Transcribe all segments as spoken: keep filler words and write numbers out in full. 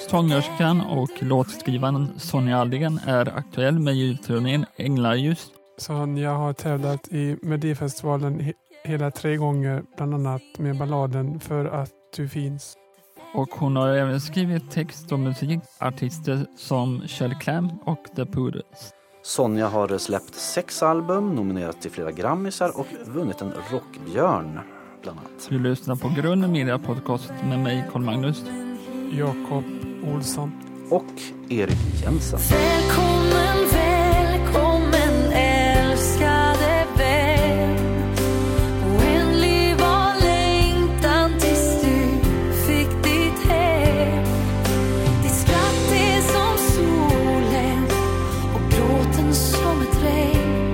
Sångerskan och låtskrivaren Sonja Aldén är aktuell med julturnén Änglaljus. Sonja har tävlat i Melodifestivalen he- hela tre gånger, bland annat med balladen För att du finns. Och hon har även skrivit text och musik, artister som Kjell Clam och The Poodles. Sonja har släppt sex album, nominerat till flera Grammisar och vunnit en Rockbjörn bland annat. Du lyssnar på Grund Media Podcast med mig, Carl Magnus. Jakob Olsson. Och Erik Jensen. Välkommen, välkommen älskade vän. Oändlig var längtan tills du fick ditt hem. Ditt skratt är som solen och gråten som ett regn.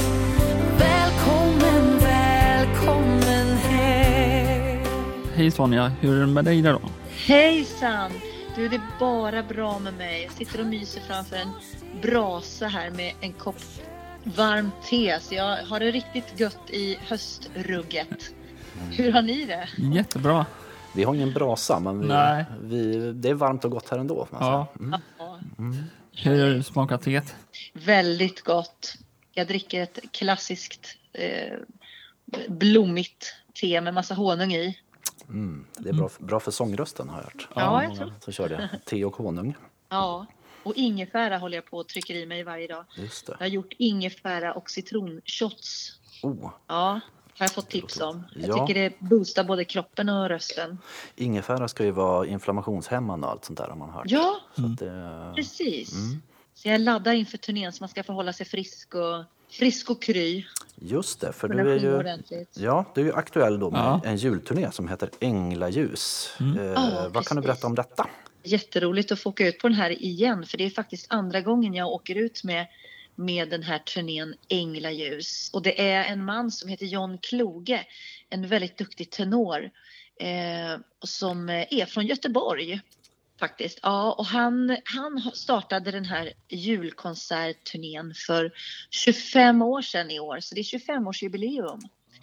Välkommen, välkommen hem. Hej Sonja, hur är det med dig idag? Hejsan! Du, det är bara bra med mig. Jag sitter och myser framför en brasa här med en kopp varmt te. Så jag har det riktigt gött i höstrugget. Hur har ni det? Jättebra. Vi har ingen brasa, men vi, Nej. vi, det är varmt och gott här ändå. Ja. Mm. Ja, Hur smakar teet? väldigt gott. Jag dricker ett klassiskt eh, blommigt te med massa honung i. Mm. Det är bra, bra för sångrösten, har jag hört. Ja, jag tror. Så kör det. Te och honung. Ja, och ingefära håller jag på och trycker i mig varje dag. Just det. Jag har gjort ingefära och citronshots. Oh, Ja, har jag fått tips om. Jag Ja. tycker det boostar både kroppen och rösten. ingefära ska ju vara inflammationshämmande och allt sånt där, har man hört. Ja, Så att det, precis. Mm. Så jag laddar inför turnén så man ska få hålla sig frisk och, frisk och kry. just det, för Kunna du är sjunga ju, ordentligt. ja, du är ju aktuell då med Ja. en julturné som heter Änglaljus. Eh, Ja, vad kan du precis. berätta om detta? Jätteroligt att få åka ut på den här igen. För det är faktiskt andra gången jag åker ut med, med den här turnén Änglaljus. Och det är en man som heter John Kloge. En väldigt duktig tenor. Eh, som är från Göteborg. Faktiskt. Ja, och han, han startade den här julkonsertturnén för tjugofem år sedan i år. Så det är tjugofem-årsjubileum.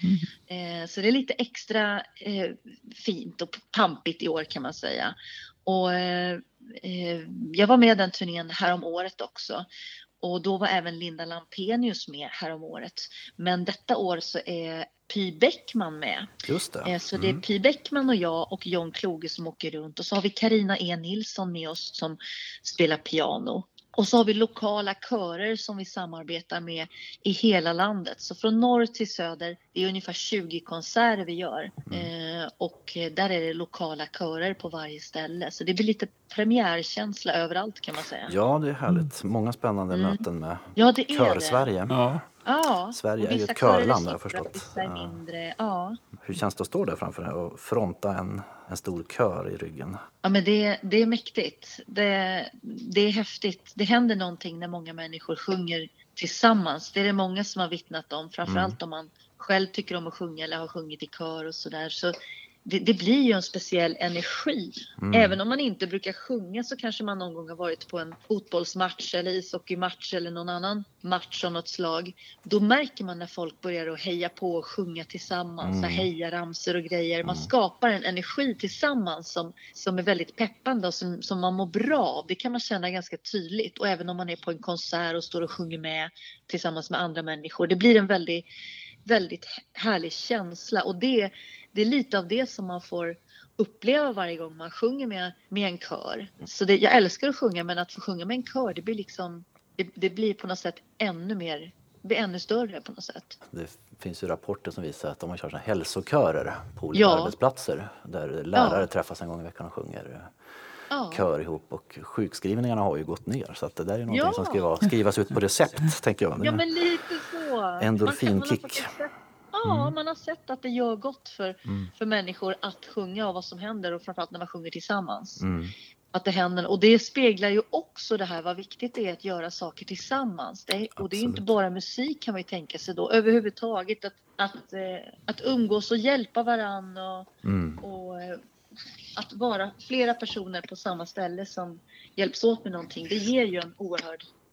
Eh, så det är lite extra eh, fint och pampigt i år kan man säga. Och eh, eh, jag var med den turnén här om året också. Och då var även Linda Lampenius med här om året. Men detta år så är Py Bäckman med. Just det. Eh, Så det är Py Bäckman och jag och John Kloge som åker runt. Och så har vi Carina E. Nilsson med oss som spelar piano. Och så har vi lokala körer som vi samarbetar med i hela landet. Så från norr till söder, det är ungefär tjugo konserter vi gör. Eh, och där är det lokala körer på varje ställe. Så det blir lite premiärkänsla överallt kan man säga. Ja, det är härligt. Många spännande Mm. möten med Ja, det är Kör-Sverige. Ja. Ja, Sverige och är ju vissa ett körer är körland, har jag stora, förstått. vissa är Ja. mindre. Ja. Hur känns det att stå där framför dig och fronta en, en stor kör i ryggen? Ja, men det, det är mäktigt. Det, det är häftigt. Det händer någonting när många människor sjunger tillsammans. Det är det många som har vittnat om. Framförallt om man själv tycker om att sjunga eller har sjungit i kör och sådär. Så det, det blir ju en speciell energi. Även om man inte brukar sjunga så kanske man någon gång har varit på en fotbollsmatch eller ishockeymatch eller någon annan match av något slag. Då märker man när folk börjar att heja på och sjunga tillsammans. Mm. Heja ramsor och grejer. Man skapar en energi tillsammans som, som är väldigt peppande och som, som man mår bra av. Det kan man känna ganska tydligt. Och även om man är på en konsert och står och sjunger med tillsammans med andra människor. Det blir en väldigt, väldigt härlig känsla. Och det Det är lite av det som man får uppleva varje gång man sjunger med, med en kör. Så det, jag älskar att sjunga, men att få sjunga med en kör, det blir liksom, det, det blir på något sätt ännu mer, det blir ännu större på något sätt. Det finns ju rapporter som visar att de har kört såna hälsokörer på olika Ja. arbetsplatser. Där lärare Ja. träffas en gång i veckan och sjunger Ja. kör ihop. Och sjukskrivningarna har ju gått ner. Så att det där är någonting Ja. som ska vara, skrivas ut på recept, tänker jag. Ja, men lite så. Endorfinkick. Man kan- man har faktiskt sett- Ja, man har sett att det gör gott för, för människor att sjunga och vad som händer. Och framförallt när man sjunger tillsammans. Mm. Att det händer. Och det speglar ju också det här vad viktigt det är att göra saker tillsammans. Det är, och det är ju inte Absolut. bara musik kan man ju tänka sig då. Överhuvudtaget att, att, eh, att umgås och hjälpa varann och, Mm. och eh, att vara flera personer på samma ställe som hjälps åt med någonting. Det ger ju en oerhörd,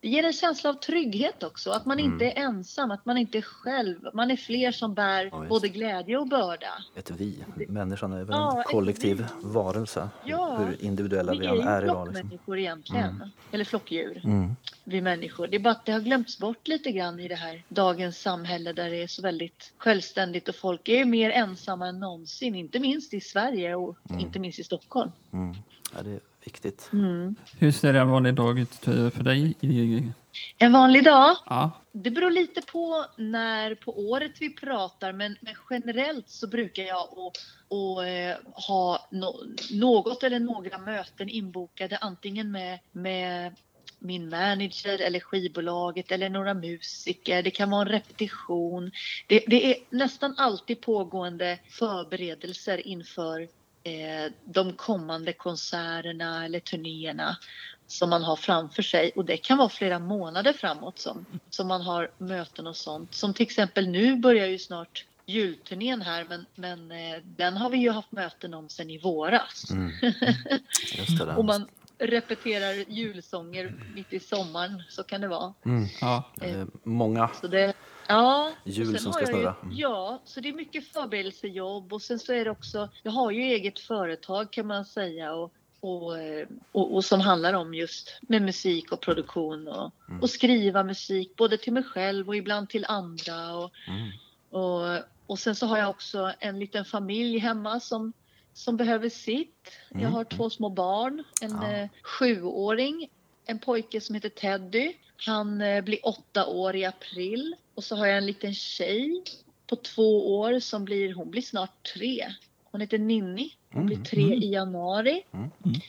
det ger en känsla av trygghet också. Att man Mm. inte är ensam, att man inte är själv. Man är fler som bär Ja, just både glädje och börda. Ett vi. Människan är väl Ja, en ett kollektiv vi. varelse. Ja, Hur individuella vi Vi än är är ju idag. Liksom. flockmänniskor egentligen. Mm. Eller flockdjur. Mm. Vi människor. Det är bara att det har glömts bort lite grann i det här dagens samhälle där det är så väldigt självständigt och folk är mer ensamma än någonsin. Inte minst i Sverige och Mm. inte minst i Stockholm. Mm. Ja, det är viktigt. Mm. Hur ser en vanlig dag ut för dig? i- En vanlig dag? Ja, Det beror lite på när på året vi pratar, men, men generellt så brukar jag och, och, eh, ha no, något eller några möten inbokade antingen med, med min manager eller skivbolaget eller några musiker. Det kan vara en repetition. Det, det är nästan alltid pågående förberedelser inför eh, de kommande konserterna eller turnéerna som man har framför sig, och det kan vara flera månader framåt som, som man har möten och sånt. Som till exempel nu börjar ju snart julturnén här, men, men eh, den har vi ju haft möten om sedan i våras. Mm. Just det där. Och man repeterar julsånger mitt i sommaren, så kan det vara. Mm. ja. Eh, många Så det, ja, Hjul och sen som har ska jag ju- snurra. Mm. Ja, så det är mycket förberedelsejobb, och sen så är det också, jag har ju eget företag kan man säga, och Och, eh, och, och som handlar om just med musik och produktion och, Mm. och skriva musik både till mig själv och ibland till andra. Och, Mm. och, och sen så har jag också en liten familj hemma som, som behöver sitt. Mm. Jag har två små barn, en Ja. eh, sjuåring, en pojke som heter Teddy. Han eh, blir åtta år i april. Och så har jag en liten tjej på två år som blir, hon blir snart tre. Hon heter Ninni. Hon blir Mm. tre i januari. Mm.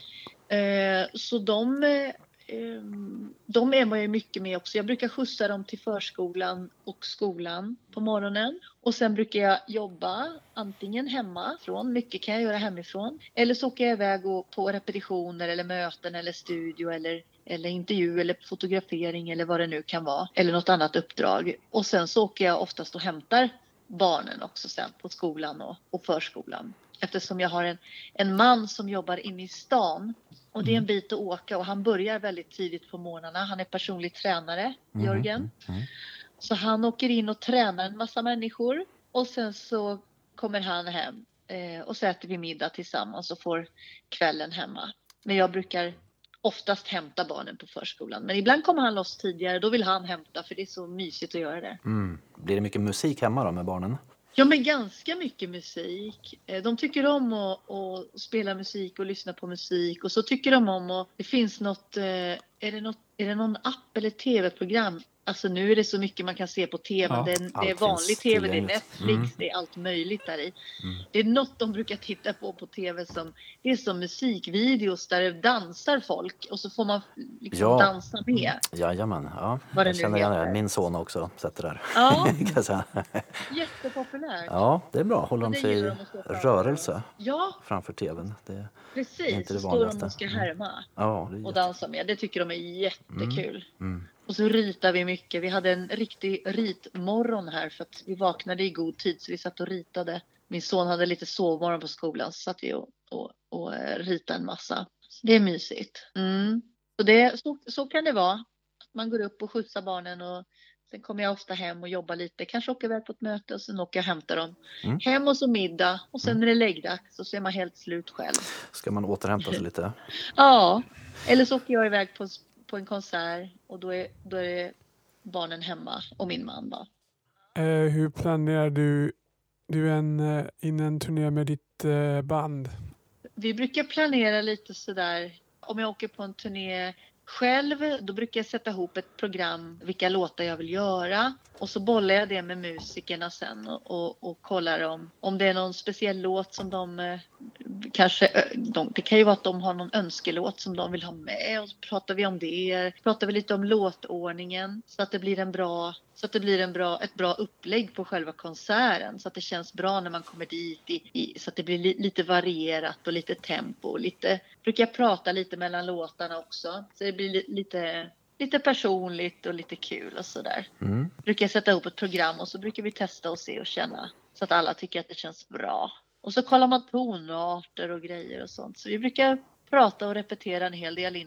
Eh, så de, eh, de är man ju mycket med också. Jag brukar skjutsa dem till förskolan och skolan på morgonen. Och sen brukar jag jobba antingen hemifrån, mycket kan jag göra hemifrån. Eller så åker jag iväg och på repetitioner eller möten eller studio eller, eller intervju eller fotografering eller vad det nu kan vara. Eller något annat uppdrag. Och sen så åker jag oftast och hämtar barnen också sen på skolan och, och förskolan. Eftersom jag har en, en man som jobbar inne i stan. Och det är en bit att åka, och han börjar väldigt tidigt på morgnarna. Han är personlig tränare, Mm. Jörgen. Mm. Så han åker in och tränar en massa människor. Och sen så kommer han hem eh, och så äter vi middag tillsammans och får kvällen hemma. Men jag brukar oftast hämta barnen på förskolan. Men ibland kommer han loss tidigare, då vill han hämta för det är så mysigt att göra det. Mm. Blir det mycket musik hemma då med barnen? Ja, men ganska mycket musik. Eh, De tycker om att, att spela musik och lyssna på musik. Och så tycker de om att det finns något, eh, är det något, är det någon app eller tv-program? Alltså nu är det så mycket man kan se på tv. Ja, det, är, det allt är vanlig finns tv, det är tillgängligt. Netflix, Mm. det är allt möjligt där i. Mm. Det är något de brukar titta på på tv som, det är som musikvideos där det dansar folk. Och så får man liksom Ja. dansa med. Jajamän, ja. Vad det Jag nu känner igen det. heter. Min son har också sett det där. Ja, Kan jag säga. jättepopulärt. Ja, det är bra. Håller de Det sig gillar i de att stå framför. rörelse Ja, framför tvn? Det, precis. inte det Så står de vanligaste. och ska Mm. härma. ja, det är Och jätte... dansa med. Det tycker de är jättekul. mm. Och så ritar vi mycket. Vi hade en riktig ritmorgon här för att vi vaknade i god tid så vi satt och ritade. Min son hade lite sovmorgon på skolan så satt vi och, och, och eh, ritade en massa. Så det är mysigt. Mm. Så, det, så, så kan det vara. Att man går upp och skjutsar barnen och sen kommer jag ofta hem och jobbar lite. Kanske åker iväg på ett möte och sen åker jag och hämtar dem. Mm. Hem och så middag och sen är det läggdags och så är man helt slut själv. Ska man återhämta sig lite? Ja, eller så åker jag iväg på, på en konsert och då är, då är barnen hemma och min man då. Eh, hur planerar du, du en, eh, in en turné med ditt eh, band? Vi brukar planera lite sådär, om jag åker på en turné själv, då brukar jag sätta ihop ett program, vilka låtar jag vill göra. Och så bollar jag det med musikerna sen och, och, och kollar om, om det är någon speciell låt som de eh, kanske, eh, de, det kan ju vara att de har någon önskelåt som de vill ha med och så pratar vi om det. Pratar vi lite om låtordningen så att det blir en bra, så att det blir en bra, ett bra upplägg på själva konserten. Så att det känns bra när man kommer dit i, i, så att det blir li, lite varierat och lite tempo. Och lite, brukar jag prata lite mellan låtarna också. Så det blir li, lite... Lite personligt och lite kul och sådär. Mm. Brukar jag sätta ihop ett program och så brukar vi testa och se och känna. Så att alla tycker att det känns bra. Och så kollar man tonarter och grejer och sånt. Så vi brukar prata och repetera en hel del innan,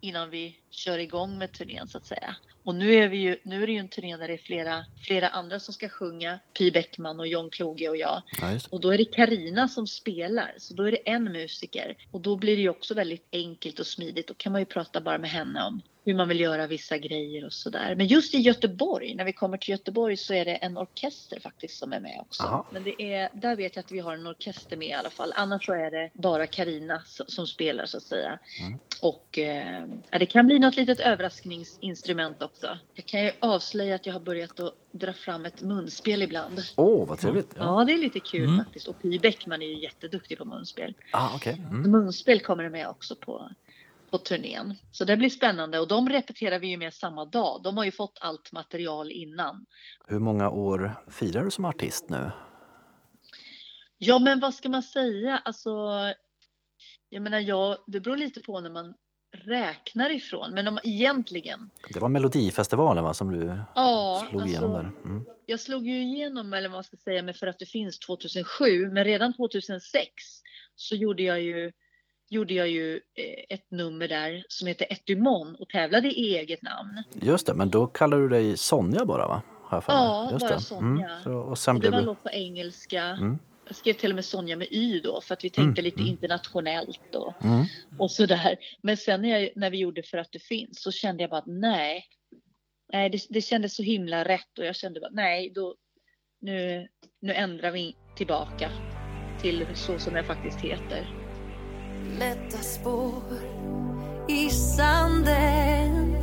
innan vi kör igång med turnén så att säga. Och nu är, vi ju, nu är det ju en turné där det är flera, flera andra som ska sjunga. Py Bäckman och John Kloge och jag. Ja, just det. Och då är det Carina som spelar. Så då är det en musiker. Och då blir det ju också väldigt enkelt och smidigt. Då kan man ju prata bara med henne om hur man vill göra vissa grejer och sådär. Men just i Göteborg, när vi kommer till Göteborg så är det en orkester faktiskt som är med också. Aha. Men det är, där vet jag att vi har en orkester med i alla fall. Annars så är det bara Carina som, som spelar så att säga. Mm. Och eh, det kan bli något litet överraskningsinstrument också. Jag kan ju avslöja att jag har börjat att dra fram ett munspel ibland. Åh, oh, vad trevligt. Ja, det är lite kul Mm. faktiskt. Och Py Bäckman är ju jätteduktig på munspel. Ah, okej. Mm. Munspel kommer med också på, på turnén. Så det blir spännande. Och de repeterar vi ju med samma dag. De har ju fått allt material innan. Hur många år firar du som artist nu? Ja, men vad ska man säga? Alltså, jag menar, jag, det beror lite på när man räknar ifrån. Men om egentligen... Det var Melodifestivalen va, som du Ja, slog alltså, igenom där. Mm. jag slog ju igenom, eller vad man ska säga, med För att det finns tjugohundrasju. Men redan tjugohundrasex så gjorde jag ju, gjorde jag ju eh, ett nummer där som heter Etymon och tävlade i eget namn. Just det, men då kallar du dig Sonja bara va? Har jag för mig. Ja, Just bara det. Sonja. Mm. Så, och sen Och det blev var en du... låt på engelska. Mm. Jag skrev till och med Sonja med Y då för att vi tänkte Mm, lite mm. internationellt och, Mm. och sådär. Men sen när, jag, när vi gjorde För att det finns så kände jag bara att nej. Nej, det, det kändes så himla rätt och jag kände bara nej, då, nu, nu ändrar vi tillbaka till så som jag faktiskt heter. Lätta spår i sanden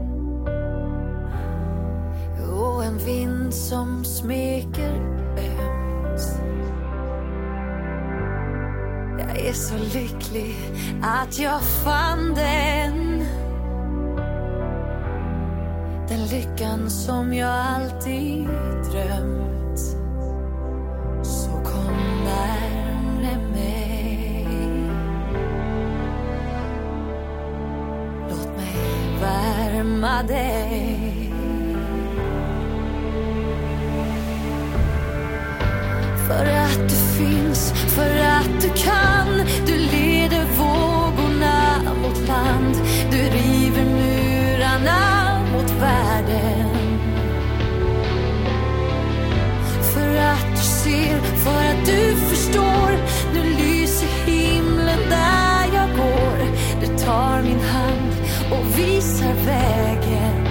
och en vind som smeker ömt. Jag är så lycklig att jag fann den, den lyckan som jag alltid drömt. Så kom närmare mig, låt mig värma dig. För att du finns, för att du kan. Du leder vågorna mot land. Du river murarna mot världen. För att du ser, för att du förstår. Nu lyser himlen där jag går. Du tar min hand och visar vägen.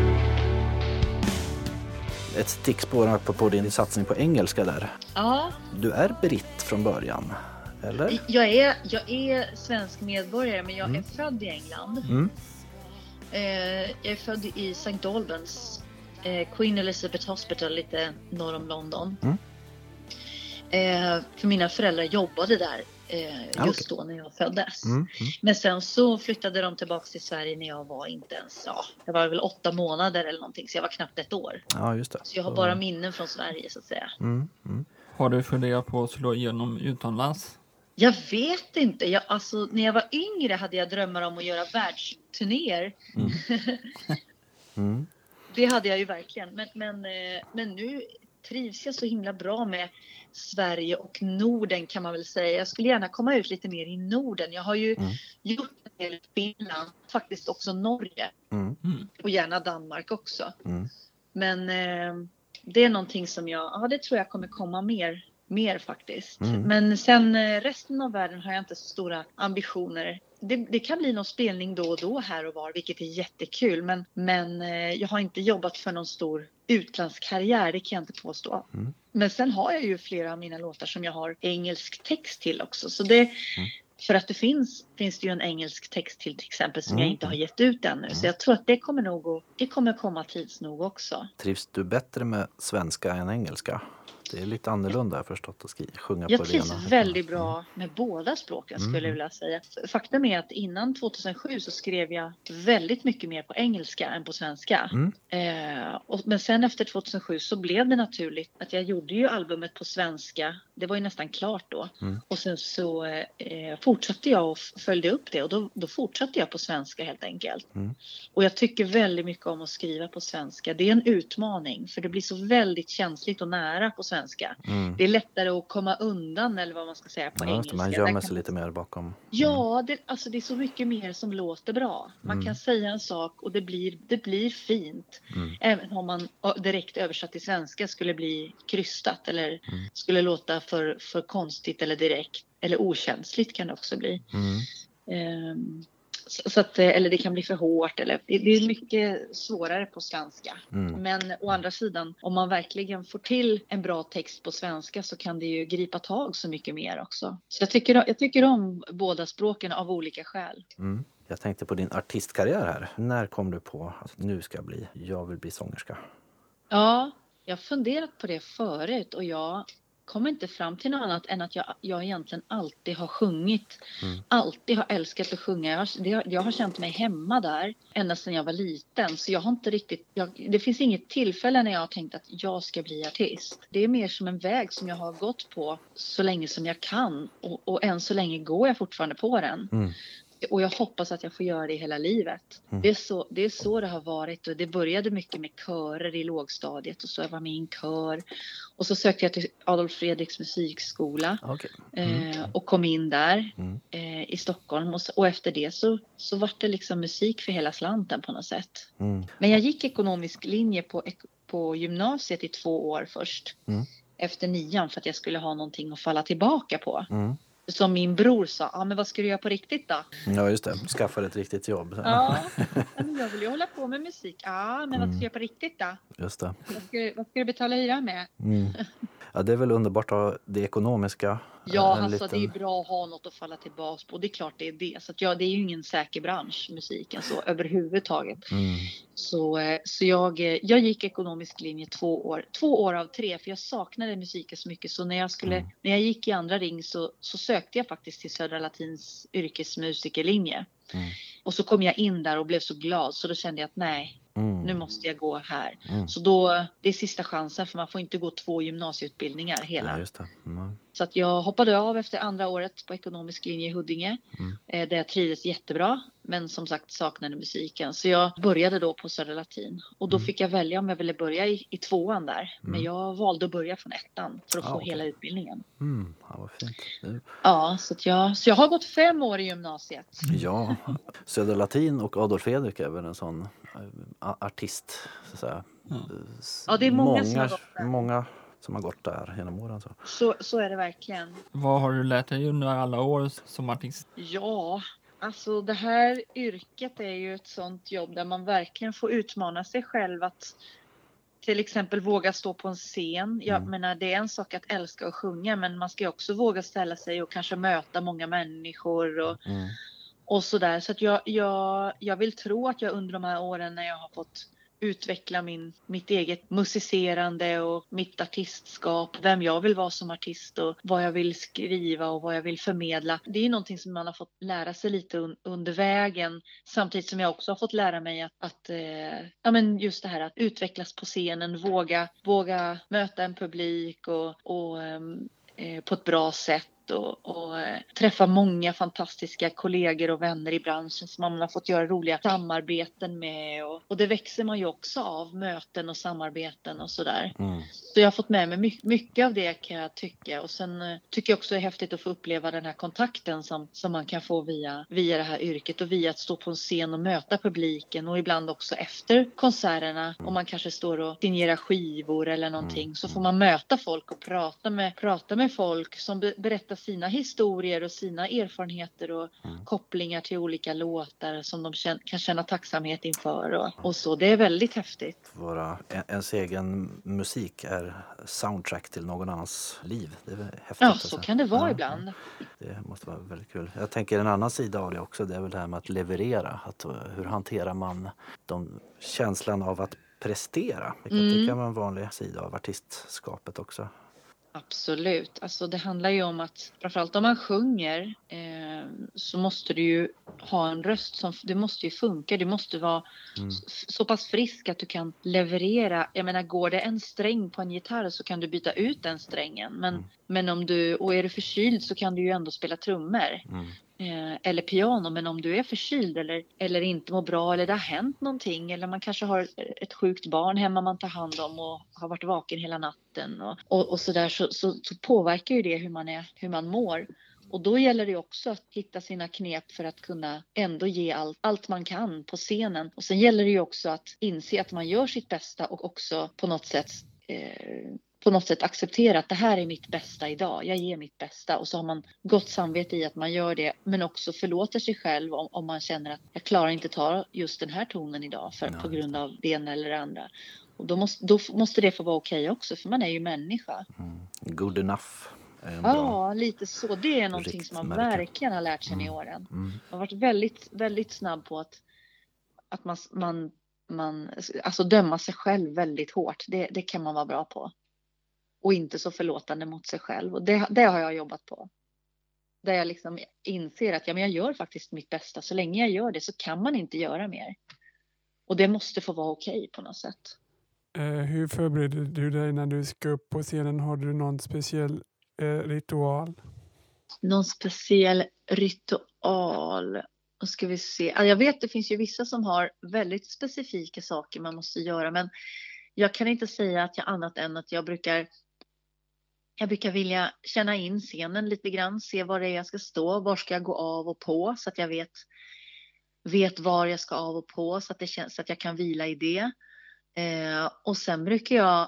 Ett stickspår på, på din satsning på engelska där. Ja, Du är britt från början, eller? jag är, jag är svensk medborgare men jag Mm. är född i England. Mm. Eh, jag är född i Saint Albans, eh, Queen Elizabeth Hospital lite norr om London. Mm. Eh, för mina föräldrar jobbade där eh, Ah, just då när jag föddes. Mm. Mm. Men sen så flyttade de tillbaka till Sverige när jag var inte ens, ja, jag var väl åtta månader eller någonting så jag var knappt ett år. Ja, just det. Så jag har bara minnen från Sverige så att säga. Mm. Mm. Har du funderat på att slå igenom utomlands? Jag vet inte. Jag, alltså, när jag var yngre hade jag drömmar om att göra världsturnéer. Mm. Mm. Det hade jag ju verkligen. Men, men, eh, men nu trivs jag så himla bra med Sverige och Norden kan man väl säga. Jag skulle gärna komma ut lite mer i Norden. Jag har ju Mm. gjort en del i Finland, faktiskt också Norge Mm. Mm. och gärna Danmark också. Mm. Men eh, det är någonting som jag, ja det tror jag kommer komma mer, mer faktiskt. Mm. Men sen eh, resten av världen har jag inte så stora ambitioner. Det, det kan bli någon spelning då och då här och var, vilket är jättekul. Men, men eh, jag har inte jobbat för någon stor utlandskarriär, det kan jag inte påstå. Mm. Men sen har jag ju flera av mina låtar som jag har engelsk text till också. Så det, Mm. för att det finns, finns det ju en engelsk text till till exempel som Mm. jag inte har gett ut ännu. Så jag tror att det kommer nog att, det kommer komma tids nog också. Trivs du bättre med svenska än engelska? Det är lite annorlunda, jag har förstått, att skri- sjunga Jag på det trivs ena. väldigt bra med båda språken skulle Mm. jag vilja säga. Faktum är att innan tjugohundrasju så skrev jag väldigt mycket mer på engelska än på svenska. Mm. Eh, och, men sen efter tjugohundrasju så blev det naturligt att jag gjorde ju albumet på svenska. det var ju nästan klart då. Mm. Och sen så eh, fortsatte jag och följde upp det och då, då fortsatte jag på svenska helt enkelt. Mm. Och jag tycker väldigt mycket om att skriva på svenska. Det är en utmaning för det blir så väldigt känsligt och nära på svenska. Mm. Det är lättare att komma undan eller vad man ska säga på Ja, engelska. man Där gömmer kan sig man- lite mer bakom. Mm. Ja, det, alltså det är så mycket mer som låter bra. Man Mm. kan säga en sak och det blir, det blir fint. Mm. Även om man ö, direkt översatt till svenska skulle bli krystat eller Mm. skulle låta för, för konstigt eller direkt. Eller okänsligt kan det också bli. Mm. Ehm, så, så att, eller det kan bli för hårt. Eller, det, det är mycket svårare på svenska. Mm. Men å andra sidan, om man verkligen får till en bra text på svenska så kan det ju gripa tag så mycket mer också. Så jag tycker, jag tycker om båda språken av olika skäl. Mm. Jag tänkte på din artistkarriär här. När kom du på att nu ska jag bli, jag vill bli sångerska? Ja, jag har funderat på det förut och jag kommer inte fram till något annat än att jag, jag egentligen alltid har sjungit. Mm. Alltid har älskat att sjunga. Jag har, det, jag har känt mig hemma där ända sedan jag var liten. Så jag har inte riktigt, jag, det finns inget tillfälle när jag har tänkt att jag ska bli artist. Det är mer som en väg som jag har gått på så länge som jag kan. Och, och än så länge går jag fortfarande på den. Mm. Och jag hoppas att jag får göra det hela livet. Mm. Det, är så, det är så det har varit. Och det började mycket med körer i lågstadiet. Och så jag var med i en kör. Och så sökte jag till Adolf Fredriks musikskola. Okej. Mm. Eh, och kom in där Mm. eh, i Stockholm. Och, så, och efter det så, så var det liksom musik för hela slanten på något sätt. Mm. Men jag gick ekonomisk linje på, ek- på gymnasiet i två år först. Mm. Efter nian för att jag skulle ha någonting att falla tillbaka på. Mm. Som min bror sa, ah, men vad ska du göra på riktigt då? Ja, just det. Skaffa ett riktigt jobb. Ja, men jag vill ju hålla på med musik. Ja, men vad ska Mm. jag göra på riktigt då? Just det. Vad ska, du- vad ska du betala hyra med? Mm. Ja, det är väl underbart att ha det ekonomiska. Ja, En alltså liten- det är bra att ha något att falla tillbaka på. Det är klart det är det. Så att ja, det är ju ingen säker bransch, musiken så överhuvudtaget. Mm. Så, eh, så jag, eh, jag gick ekonomisk linje två år. Två år av tre, för jag saknade musiken så mycket. Så när jag, skulle, Mm. när jag gick i andra ring så, så sökte jag faktiskt till Södra Latins yrkesmusikerlinje. Mm. Och så kom jag in där och blev så glad. Så då kände jag att nej, Mm. nu måste jag gå här. Mm. Så då, det är sista chansen för man får inte gå två gymnasieutbildningar hela. Ja, just det. Mm. Så att jag hoppade av efter andra året på ekonomisk linje i Huddinge. Mm. Eh, där jag trivdes jättebra. Men som sagt saknade musiken. Så jag började då på Södra Latin. Och då Mm. fick jag välja om jag ville börja i, i tvåan där. Mm. Men jag valde att börja från ettan. För att Ah, få okej. hela utbildningen. Mm. Ja, vad fint. Det- Ja, så, att jag, så jag har gått fem år i gymnasiet. Ja, Södra Latin och Adolf Fredrik är väl en sån eh, artist, så att säga. Ja. S- Ja, det är många som har gått där. Många som har gått där genom åren. Så. Så, så är det verkligen. Vad har du lärt dig under alla år som artist? Ja, alltså det här yrket är ju ett sånt jobb där man verkligen får utmana sig själv att till exempel våga stå på en scen. Jag Mm. menar, det är en sak att älska och sjunga men man ska ju också våga ställa sig och kanske möta många människor och, Mm. och sådär. Så att jag, jag, jag vill tro att jag under de här åren när jag har fått utveckla min, mitt eget musicerande och mitt artistskap, vem jag vill vara som artist och vad jag vill skriva och vad jag vill förmedla. Det är någonting som man har fått lära sig lite un, under vägen samtidigt som jag också har fått lära mig att, att eh, ja, men just det här att utvecklas på scenen, våga, våga möta en publik och, och ehm, eh, på ett bra sätt. Och, och eh, träffa många fantastiska kollegor och vänner i branschen som man har fått göra roliga samarbeten med. Och, och det växer man ju också av, möten och samarbeten och sådär. Mm. Så jag har fått med mig mycket, mycket av det kan jag tycka. Och sen eh, tycker jag också det är häftigt att få uppleva den här kontakten som, som man kan få via, via det här yrket. Och via att stå på en scen och möta publiken. Och ibland också efter konserterna. Om man kanske står och signerar skivor eller någonting. Mm. Så får man möta folk och prata med, prata med folk som be, berättar sina historier och sina erfarenheter och Mm. kopplingar till olika låtar som de kän, kan känna tacksamhet inför och, och så. Det är väldigt häftigt. Våra, en- ens egen musik är soundtrack till någon annans liv. Det är väl häftigt. Ja, alltså. så kan det vara Ja, ibland. Det måste vara väldigt kul. Jag tänker en annan sida av det också. Det är väl det här med att leverera. Att, uh, hur hanterar man de, känslan av att prestera? Vilket Mm. det kan vara en vanlig sida av artistskapet också. Absolut. Alltså det handlar ju om att framförallt om man sjunger eh, så måste du ju ha en röst som, det måste ju funka. Du måste vara mm. så, så pass frisk att du kan leverera. Jag menar, går det en sträng på en gitarr så kan du byta ut den strängen. Men, mm. men om du, och är du förkyld så kan du ju ändå spela trummor. Mm. Eh, eller piano, men om du är förkyld eller, eller inte mår bra eller det har hänt någonting eller man kanske har ett sjukt barn hemma man tar hand om och har varit vaken hela natten och, och, och sådär så, så, så påverkar ju det hur man, är, hur man mår. Och då gäller det också att hitta sina knep för att kunna ändå ge allt, allt man kan på scenen. Och sen gäller det ju också att inse att man gör sitt bästa och också på något sätt eh, på något sätt acceptera att det här är mitt bästa idag. Jag ger mitt bästa. Och så har man gott samvete i att man gör det. Men också förlåter sig själv om, om man känner att jag klarar inte ta just den här tonen idag. För, på grund av det ena eller det andra. Och då måste, då måste det få vara okej också. För man är ju människa. Mm. Good enough. Ja, lite så. Det är någonting som man märker. Verkligen har lärt sig mm. i åren. Mm. Man har varit väldigt, väldigt snabb på att, att man, man, man alltså döma sig själv väldigt hårt. Det, det kan man vara bra på. Och inte så förlåtande mot sig själv. Och det, det har jag jobbat på. Där jag liksom inser att ja, men jag gör faktiskt mitt bästa. Så länge jag gör det så kan man inte göra mer. Och det måste få vara okej på något sätt. Eh, hur förbereder du dig när du ska upp på scenen? Har du någon speciell eh, ritual? Någon speciell ritual? Och ska vi se. Jag vet det finns ju vissa som har väldigt specifika saker man måste göra. Men jag kan inte säga att jag annat än att jag brukar... Jag brukar vilja känna in scenen lite grann. Se var det är jag ska stå. Var ska jag gå av och på. Så att jag vet, vet var jag ska av och på. Så att det känns så att jag kan vila i det. Eh, och sen brukar jag.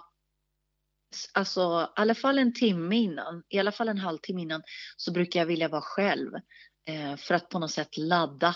Alltså i alla fall en timme innan. I alla fall en halvtimme innan. Så brukar jag vilja vara själv. Eh, för att på något sätt ladda.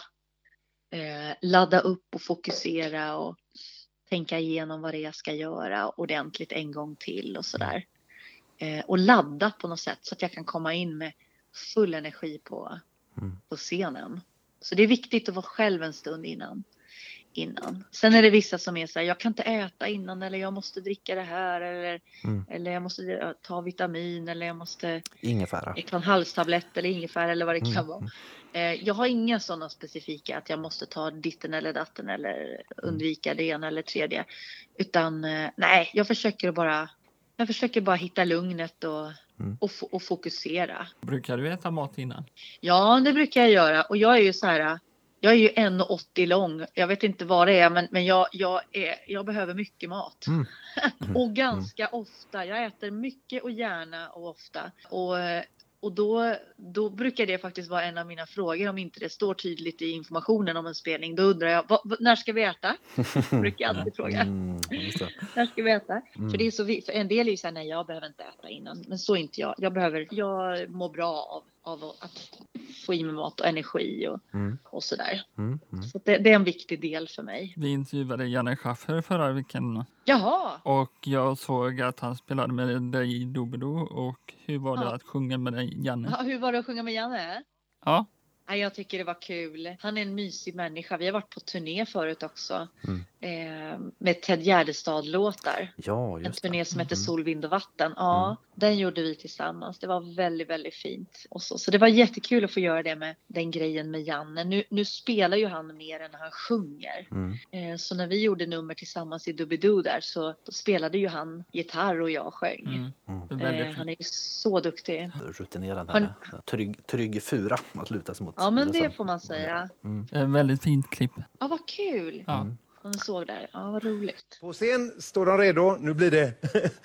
Eh, ladda upp och fokusera. Och tänka igenom vad det är jag ska göra. Ordentligt en gång till och sådär. Eh, och ladda på något sätt så att jag kan komma in med full energi på, mm. på scenen. Så det är viktigt att vara själv en stund innan. innan. Sen är det vissa som är så här, jag kan inte äta innan eller jag måste dricka det här eller, mm. eller jag måste ta vitamin eller jag måste ingefära. ta en halstablett eller ingefära eller vad det kan mm. vara. Eh, jag har inga sådana specifika att jag måste ta ditten eller datten eller undvika det ena eller tredje. Utan eh, nej, jag försöker bara Jag försöker bara hitta lugnet och, mm. och, och fokusera. Brukar du äta mat innan? Ja, det brukar jag göra. Och jag är ju så här, jag är ju en komma åttio lång. Jag vet inte vad det är, men, men jag, jag, är, jag behöver mycket mat. Mm. Mm. och ganska mm. ofta. Jag äter mycket och gärna och ofta. Och, och då, då brukar det faktiskt vara en av mina frågor. Om inte det står tydligt i informationen om en spelning. Då undrar jag, vad, när ska vi äta? brukar jag alltid fråga. Mm, när ska vi äta? Mm. För, det är så, för en del är ju så här, nej jag behöver inte äta innan. Men så är inte jag. Jag, behöver, jag mår bra av, av att få i mig mat och energi och, mm. och sådär. Mm, mm. Så det, det är en viktig del för mig. Vi intervjuade Janne Schaffer förra veckan. Jaha! Och jag såg att han spelade med dig i Doobidoo. Och hur var det ja. att sjunga med dig, Janne? Ja, hur var det att sjunga med Janne? Ja. Jag tycker det var kul. Han är en mysig människa. Vi har varit på turné förut också. Mm. Eh, med Ted Gärdestad-låtar. Ja, just en turné som mm. heter Sol, vind och vatten. Ja, mm. den gjorde vi tillsammans. Det var väldigt, väldigt fint. Och så, så det var jättekul att få göra det med den grejen med Janne. Nu, nu spelar ju han mer än han sjunger. Mm. Eh, så när vi gjorde nummer tillsammans i Doobidoo där så då spelade ju han gitarr och jag sjöng. Mm. Mm. Eh, han är ju så duktig. Rutinerad här. Trygg, trygg fura att luta sig mot. Ja, men det får man säga. Mm. Mm. Väldigt fint klipp. Ja, vad kul. Ja. Mm. Man såg där. Ja, vad roligt. På scen står de redo. Nu blir det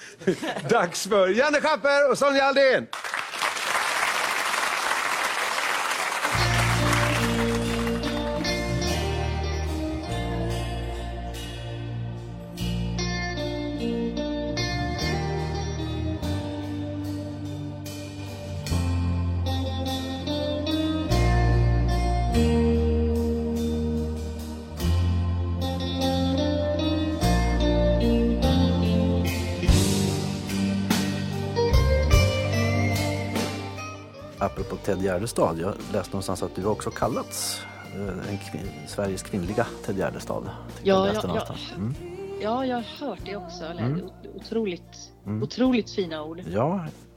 dags för Janne Schaffer och Sonja Aldén. Apropå Ted Gärdestad, jag läste någonstans att du också kallats en kvin- Sveriges kvinnliga Ted Gärdestad. Ja, jag ja, ja. Mm. ja, jag har hört det också. Mm. Otroligt, mm. otroligt fina ord. Ja,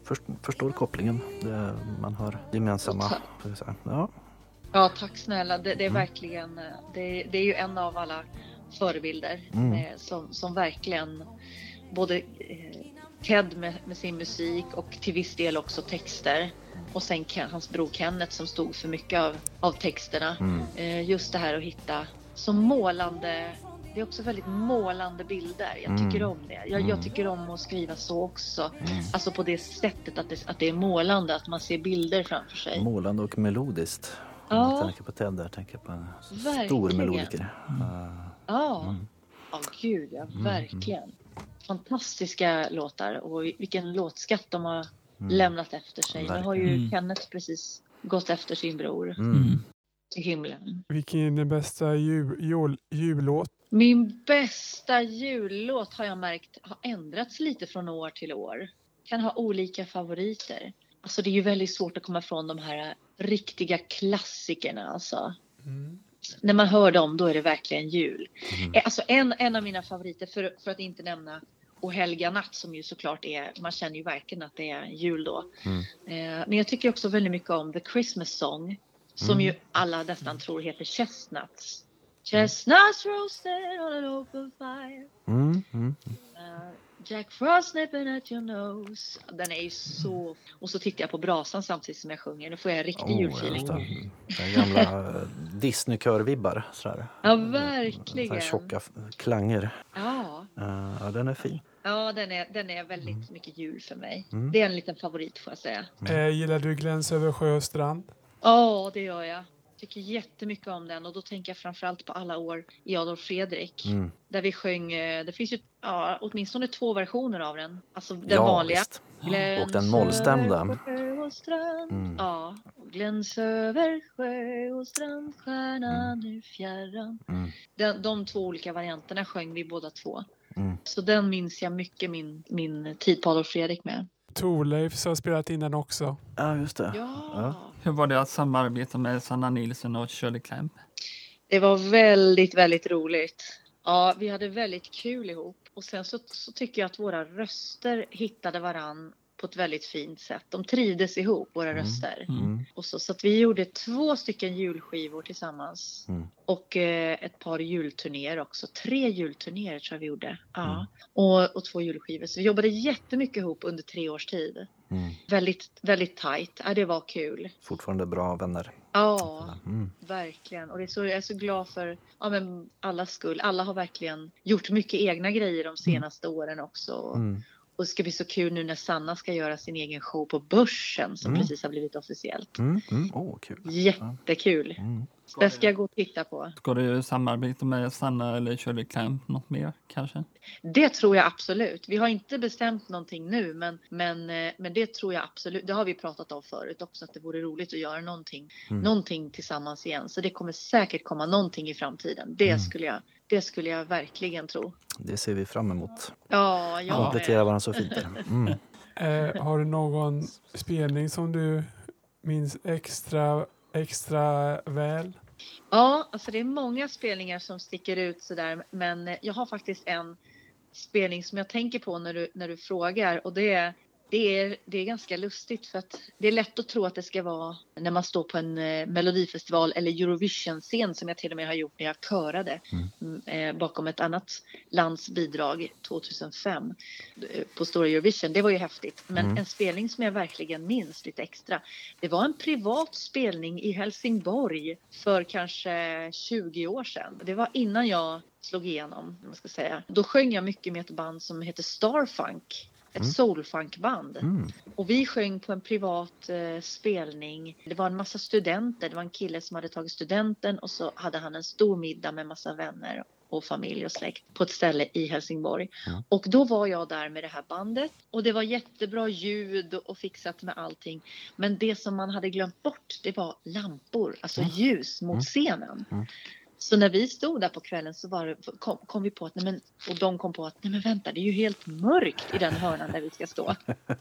först, förstår kopplingen. Det, man har gemensamma... Ja. Ja, tack snälla. Det, det är Mm. verkligen, det, det är ju en av alla förebilder Mm. eh, som, som verkligen både eh, Ted med, med sin musik och till viss del också texter. Och sen Ken, hans bror Kenneth som stod för mycket av, av texterna. Mm. Eh, just det här att hitta så målande, det är också väldigt målande bilder. Jag tycker Mm. om det. Jag, Mm. jag tycker om att skriva så också. Mm. Alltså på det sättet att det, att det är målande, att man ser bilder framför sig. Målande och melodiskt. Om Ja. jag tänker på Ted där, tänker jag på en stor Verkligen. melodiker. Uh, Ja, Mm. ja gud ja, Mm, verkligen. Fantastiska låtar och vilken låtskatt de har mm. lämnat efter sig. Nu har ju Mm. Kenneth precis gått efter sin bror Mm. Mm. till himlen. Vilken är din bästa jul, jul, jullåt? Min bästa jullåt har jag märkt har ändrats lite från år till år. Kan ha olika favoriter. Alltså det är ju väldigt svårt att komma från de här riktiga klassikerna alltså. Mm. När man hör dem då är det verkligen jul. Mm. Eh, Alltså en, en av mina favoriter för, för att inte nämna Och helga natt som ju såklart är, man känner ju verkligen att det är jul då. Mm. Eh, men jag tycker också väldigt mycket om The Christmas Song som Mm. ju alla nästan tror heter Chestnuts. Chestnuts roasted on an open fire. Mm. Mm. Uh, Jack Frost nipping at your nose. Den är ju så... Och så tittar jag på brasan samtidigt som jag sjunger. Nu får jag en riktig Oh, julfeeling. just det. Den gamla eh, Disney-körvibbar. Sådär. Ja, Så verkligen. här tjocka f- klanger. Ja, Uh, ja, den är fin. ja den, är, den är väldigt mycket jul för mig. Mm. Det är en liten favorit får jag säga. Eh, gillar du Gläns över sjö och strand? Ja, det gör jag. Tycker jättemycket om den och då tänker jag framförallt på alla år i Adolf Fredrik. Mm. Där vi sjöng, eh, det finns ju ja, åtminstone två versioner av den. Alltså den Ja, vanliga. visst. Gläns Och den mollstämda. över sjö och strand. Mm. Ja, gläns över sjö och strand, stjärnan Mm. ur fjärran. Mm. Den, de två olika varianterna sjöng vi båda två. Mm. Så den minns jag mycket min, min tid på Adolf Fredrik med. Thorleifs har spelat in den också. Ja, just det. Ja. Ja. Hur var det att samarbeta med Sanna Nilsson och Shirley Clamp? Det var väldigt, väldigt roligt. Ja, vi hade väldigt kul ihop. Och sen så, så tycker jag att våra röster hittade varann på ett väldigt fint sätt. De trivdes ihop, våra Mm. röster. Mm. Och så, så att vi gjorde två stycken julskivor tillsammans. Mm. Och eh, ett par julturnéer också. Tre julturnéer tror jag vi gjorde. Ja. Mm. Och, och två julskivor. Så vi jobbade jättemycket ihop under tre års tid. Mm. Väldigt, väldigt tajt. Ja, det var kul. Fortfarande bra vänner. Ja, Mm. verkligen. Och det är så, jag är så glad för ja, men allas skull. Alla har verkligen gjort mycket egna grejer de senaste åren också. Mm. Och det ska bli så kul nu när Sanna ska göra sin egen show på Börsen som Mm. precis har blivit officiellt. Mm. Mm. Åh, kul. Jättekul. Mm. Det ska jag gå och titta på. Ska du samarbeta med Sanna eller Shirley Clamp något mer kanske? Det tror jag absolut. Vi har inte bestämt någonting nu men, men, eh, men det tror jag absolut. Det har vi pratat om förut också att det vore roligt att göra någonting, Mm. någonting tillsammans igen. Så det kommer säkert komma någonting i framtiden. Det, Mm. skulle, jag, det skulle jag verkligen tro. Det ser vi fram emot. Ja, jag Komplettera med. varandra så fint där. Mm. Eh, har du någon spelning som du minns extra, extra väl? Ja, alltså det är många spelningar som sticker ut sådär. Men jag har faktiskt en spelning som jag tänker på när du, när du frågar. Och det är, det, är, det är ganska lustigt för att det är lätt att tro att det ska vara när man står på en eh, melodifestival eller Eurovision-scen som jag till och med har gjort när jag körade mm. eh, bakom ett annat lands bidrag tjugohundrafem eh, på stora Eurovision. Det var ju häftigt. Men Mm. en spelning som jag verkligen minns lite extra. Det var en privat spelning i Helsingborg för kanske tjugo år sedan. Det var innan jag slog igenom, man ska säga. Då sjöng jag mycket med ett band som heter Starfunk. Ett Mm. soulfunkband. Mm. Och vi sjöng på en privat eh, spelning. Det var en massa studenter. Det var en kille som hade tagit studenten. Och så hade han en stor middag med massa vänner och familj och släkt på ett ställe i Helsingborg. Mm. Och då var jag där med det här bandet. Och det var jättebra ljud och fixat med allting. Men det som man hade glömt bort det var lampor. Alltså ljus mot Mm. scenen. Mm. Så när vi stod där på kvällen så var det, kom, kom vi på att, nej men, och de kom på att, nej men vänta, det är ju helt mörkt i den hörnan där vi ska stå.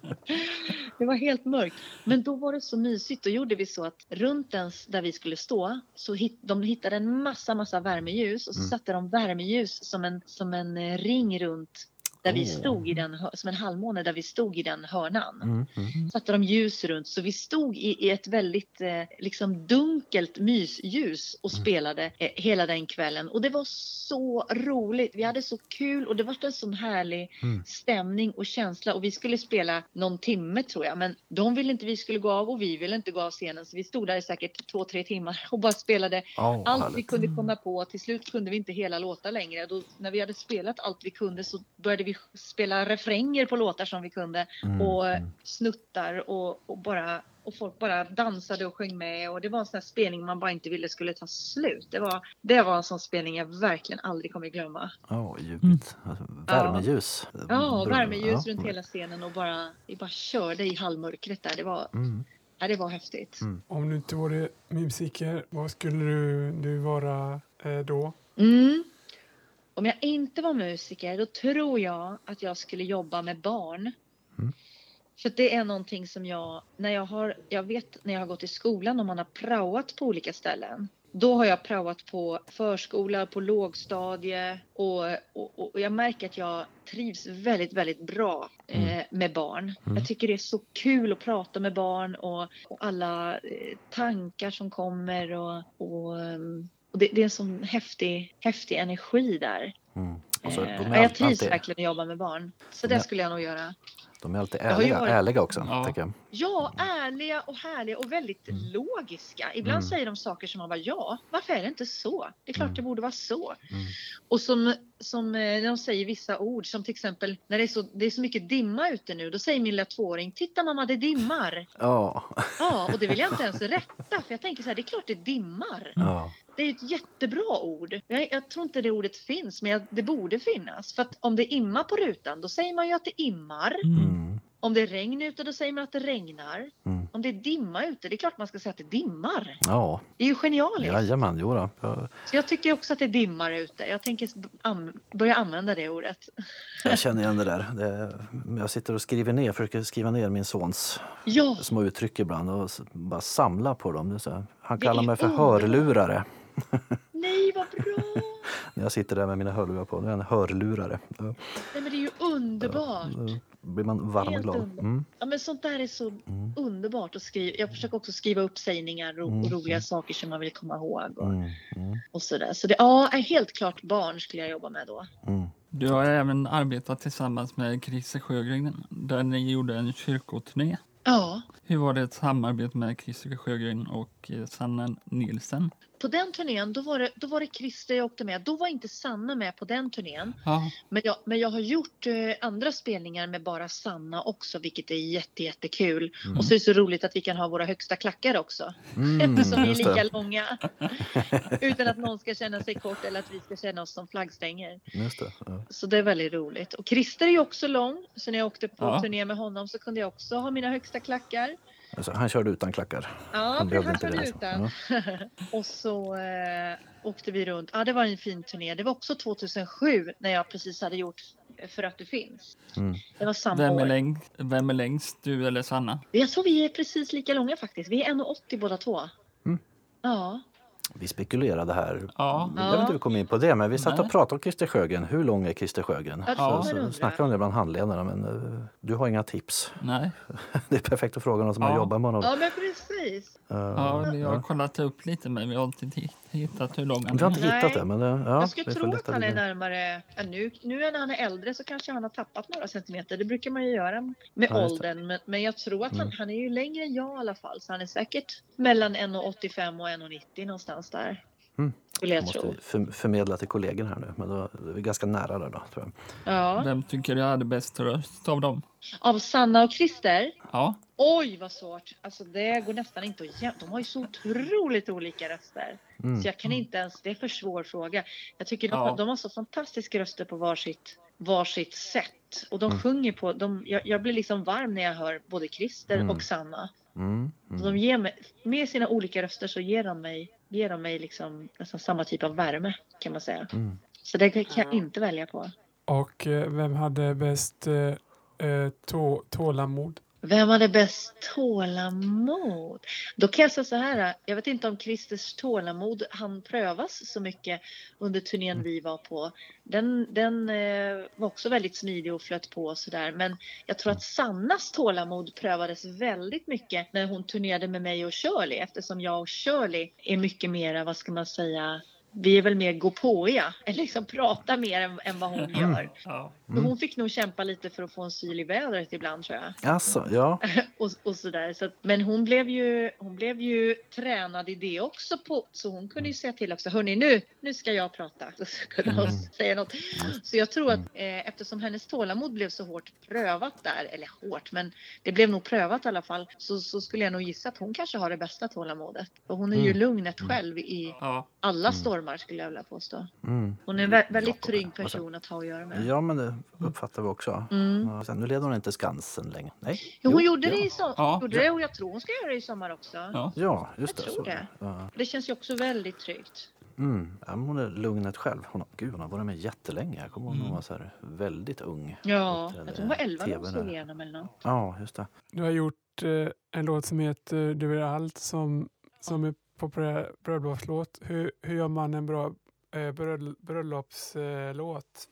Det var helt mörkt. Men då var det så mysigt. Då gjorde vi så att runt den där vi skulle stå så hit, de hittade en massa, massa värmeljus och så Mm. satte de värmeljus som en, som en ring runt Där vi Oh. stod i den, hö- som en halvmåne där vi stod i den hörnan. Mm, mm. Satte de ljus runt, så vi stod i, i ett väldigt eh, liksom dunkelt mysljus och spelade eh, hela den kvällen. Och det var så roligt. Vi hade så kul och det var en sån härlig Mm. stämning och känsla. Och vi skulle spela någon timme tror jag, men de ville inte vi skulle gå av och vi ville inte gå av scenen. Så vi stod där i säkert två, tre timmar och bara spelade Oh, allt härligt. vi kunde komma på. Till slut kunde vi inte hela låtar längre. Då, när vi hade spelat allt vi kunde så började vi spela refränger på låtar som vi kunde. Mm, Och mm. snuttar och, och bara... Och folk bara dansade och sjöng med. Och det var en sån här spelning man bara inte ville skulle ta slut. Det var, det var en sån spelning jag verkligen aldrig kommer glömma. Ja, ljuvligt. Alltså, värmeljus. Ja, Bra. värmeljus Ja. runt hela scenen och bara, vi bara körde i halvmörkret där. Det var, Mm. ja, det var häftigt. Mm. Om du inte vore musiker, vad skulle du, du vara eh, då? Mm. Om jag inte var musiker, då tror jag att jag skulle jobba med barn. Mm. För att det är någonting som jag, när jag har, jag vet när jag har gått i skolan och man har praoat på olika ställen. Då har jag praoat på förskola, på lågstadie och, och, och jag märker att jag trivs väldigt, väldigt bra eh, med barn. Mm. Jag tycker det är så kul att prata med barn och, och alla eh, tankar som kommer och, och, ehm, och det, det är en sån häftig, häftig energi där. Mm. Och så, Eh, de, ja, är jag alltid, trivs alltid, verkligen att jobba med barn. Så De det är- skulle jag nog göra. de är alltid har ju ärliga, varit- ärliga också, Ja. tänker jag. Ja, ärliga och härliga och väldigt Mm. logiska. Ibland Mm. säger de saker som man bara, ja, varför är det inte så? Det är klart Mm. det borde vara så. Mm. Och som, som eh, när de säger vissa ord, som till exempel när det är så, det är så mycket dimma ute nu, då säger min lilla tvååring, titta mamma det dimmar. Ja. Ja, och det vill jag inte ens rätta, för jag tänker så här, det är klart det dimmar. Ja. Det är ett jättebra ord. Jag, jag tror inte det ordet finns, men jag, det borde finnas. För att om det immar på rutan, då säger man ju att det immar. Mm. Om det är regn ute, då säger man att det regnar. Mm. Om det är dimma ute, det är klart man ska säga att det dimmar. Ja, Det är ju genialiskt. jajamän, jo då. Jag, Så jag tycker också att det dimmar ute. Jag tänker an- börja använda det ordet. jag känner igen det där. Det, jag sitter och skriver ner, försöker skriva ner min sons Ja, små uttryck ibland och s- bara samla på dem. Det är så här. Han Det kallar är mig för underbart. hörlurare. nej vad bra. När jag sitter där med mina hörlurar på. Det är en hörlurare. Då, Nej men det är ju underbart. då blir man varm och Helt glad. underbart. Mm. Ja men sånt där är så Mm. underbart att skriva. Jag försöker också skriva upp sägningar och, och roliga saker som man vill komma ihåg och, Mm. Mm. och sådär. Så det ja, är helt klart barn skulle jag jobba med då. Mm. Du har även arbetat tillsammans med Christer Sjögren där ni gjorde en kyrkoturné. Ja, Hur var det ett samarbete med Christer Sjögren och eh, Sanna Nielsen? på den turnén då var det, då var det Christer jag åkte med. Då var inte Sanna med på den turnén. Ja, Men jag, men jag har gjort eh, andra spelningar med bara Sanna också, vilket är jätte, jättekul. Och så är det så roligt att vi kan ha våra högsta klackar också. Mm, Eftersom vi är just det. lika långa. Utan att någon ska känna sig kort eller att vi ska känna oss som flaggstänger. Just det. Ja. Så det är väldigt roligt. Och Christer är ju också lång. Så när jag åkte på Ja. turné med honom så kunde jag också ha mina högsta klackar. Alltså, han körde utan klackar. Ja, Han han behövde inte körde det, liksom. utan. Och så eh, åkte vi runt. Ja, det var en fin turné. Det var också tjugohundrasju när jag precis hade gjort För att du finns. Mm. Det var samma vem är, år. läng- vem är längst, du eller Sanna? Jag tror vi är precis lika långa faktiskt. Vi är en komma åttio båda två. Mm. Ja. Vi spekulerade här. Ja. Jag vet inte hur vi kom in på det, men vi satt Nej. och pratade om Christer Sjögren. Hur lång är Christer Sjögren? Ja, det får Ja. man Så undra. snackade om det bland handledarna, men uh, du har inga tips. Nej. Det är perfekt att fråga någon som har Ja. jobbat med honom. Ja, men precis. Uh, Ja, vi har ja. kollat upp lite men vi har inte hi- hittat hur lång han Vi har inte är. Nej. hittat det, men det, ja, jag skulle vi får tro leta att han är vidare. närmare... Ja, nu, nu när han är äldre så kanske han har tappat några centimeter. Det brukar man ju göra med Ja, just det. åldern. Men, men jag tror att han, Mm. han är ju längre än jag i alla fall. Så han är säkert mellan en komma åttiofem och en komma nittio någonstans där. Mm. Skulle jag Jag tro. måste för, förmedla till kollegor här nu, men då är vi ganska nära där då, tror jag. Ja. Vem tycker du hade bäst röst av dem? Av Sanna och Christer. Ja, Oj vad svårt. Alltså det går nästan inte att jämföra. De har ju så otroligt olika röster. Mm. Så jag kan inte ens, det är en för svår fråga. Jag tycker de, Ja. de har så fantastiska röster på varsitt, varsitt sätt. Och de Mm. sjunger på, de, jag, jag blir liksom varm när jag hör både Christer Mm. och Sanna. Mm. Så Mm. de ger mig, med sina olika röster så ger de mig, ger de mig liksom nästan samma typ av värme kan man säga. Mm. Så det kan jag inte välja på. Och eh, vem hade bäst eh, eh, tå, tålamod? Vem hade bäst tålamod? Då kan jag säga så här. Jag vet inte om Christers tålamod han prövas så mycket under turnén vi var på. Den, den eh, var också väldigt smidig och flöt på och sådär. Men jag tror att Sannas tålamod prövades väldigt mycket när hon turnerade med mig och Shirley. Eftersom jag och Shirley är mycket mera, vad ska man säga... Vi är väl mer gåpåiga, eller liksom prata mer än, än vad hon gör. Ja. Mm. Hon fick nog kämpa lite för att få en syl i vädret ibland, tror jag. Alltså, ja. och, och sådär. Så att, men hon blev, ju, hon blev ju tränad i det också. På, så hon kunde ju säga till också. Hörrni, nu, nu ska jag prata. Så kunde hon mm. säga något. Så jag tror att eh, eftersom hennes tålamod blev så hårt prövat där. Eller hårt, men det blev nog prövat i alla fall. Så, så skulle jag nog gissa att hon kanske har det bästa tålamodet. Och hon är ju mm. lugnet själv i ja. alla stormar. Skulle jag vilja påstå. Mm. Hon är en vä- väldigt trygg person att ha att göra med. Ja, men det uppfattar vi också. Mm. Ja, sen, nu leder hon inte Skansen längre. Nej. Jo, hon jo, gjorde ja. det i sommar. Ja. Gjorde det, och jag tror hon ska göra det i sommar också. Ja, ja just jag det. Tror så. det. Ja. Det känns ju också väldigt tryggt. Mm. Ja, hon är lugnet själv. Hon har, gud, hon har varit med jättelänge. Jag kommer ihåg mm. hon var så här väldigt ung. Ja, jag tror hon var elva när hon slog igenom eller något. Ja, just det. Du har gjort eh, en låt som heter Du är allt som, som är populär bröllopslåt. Hur, hur gör man en bra eh, bröll, bröllopslåt?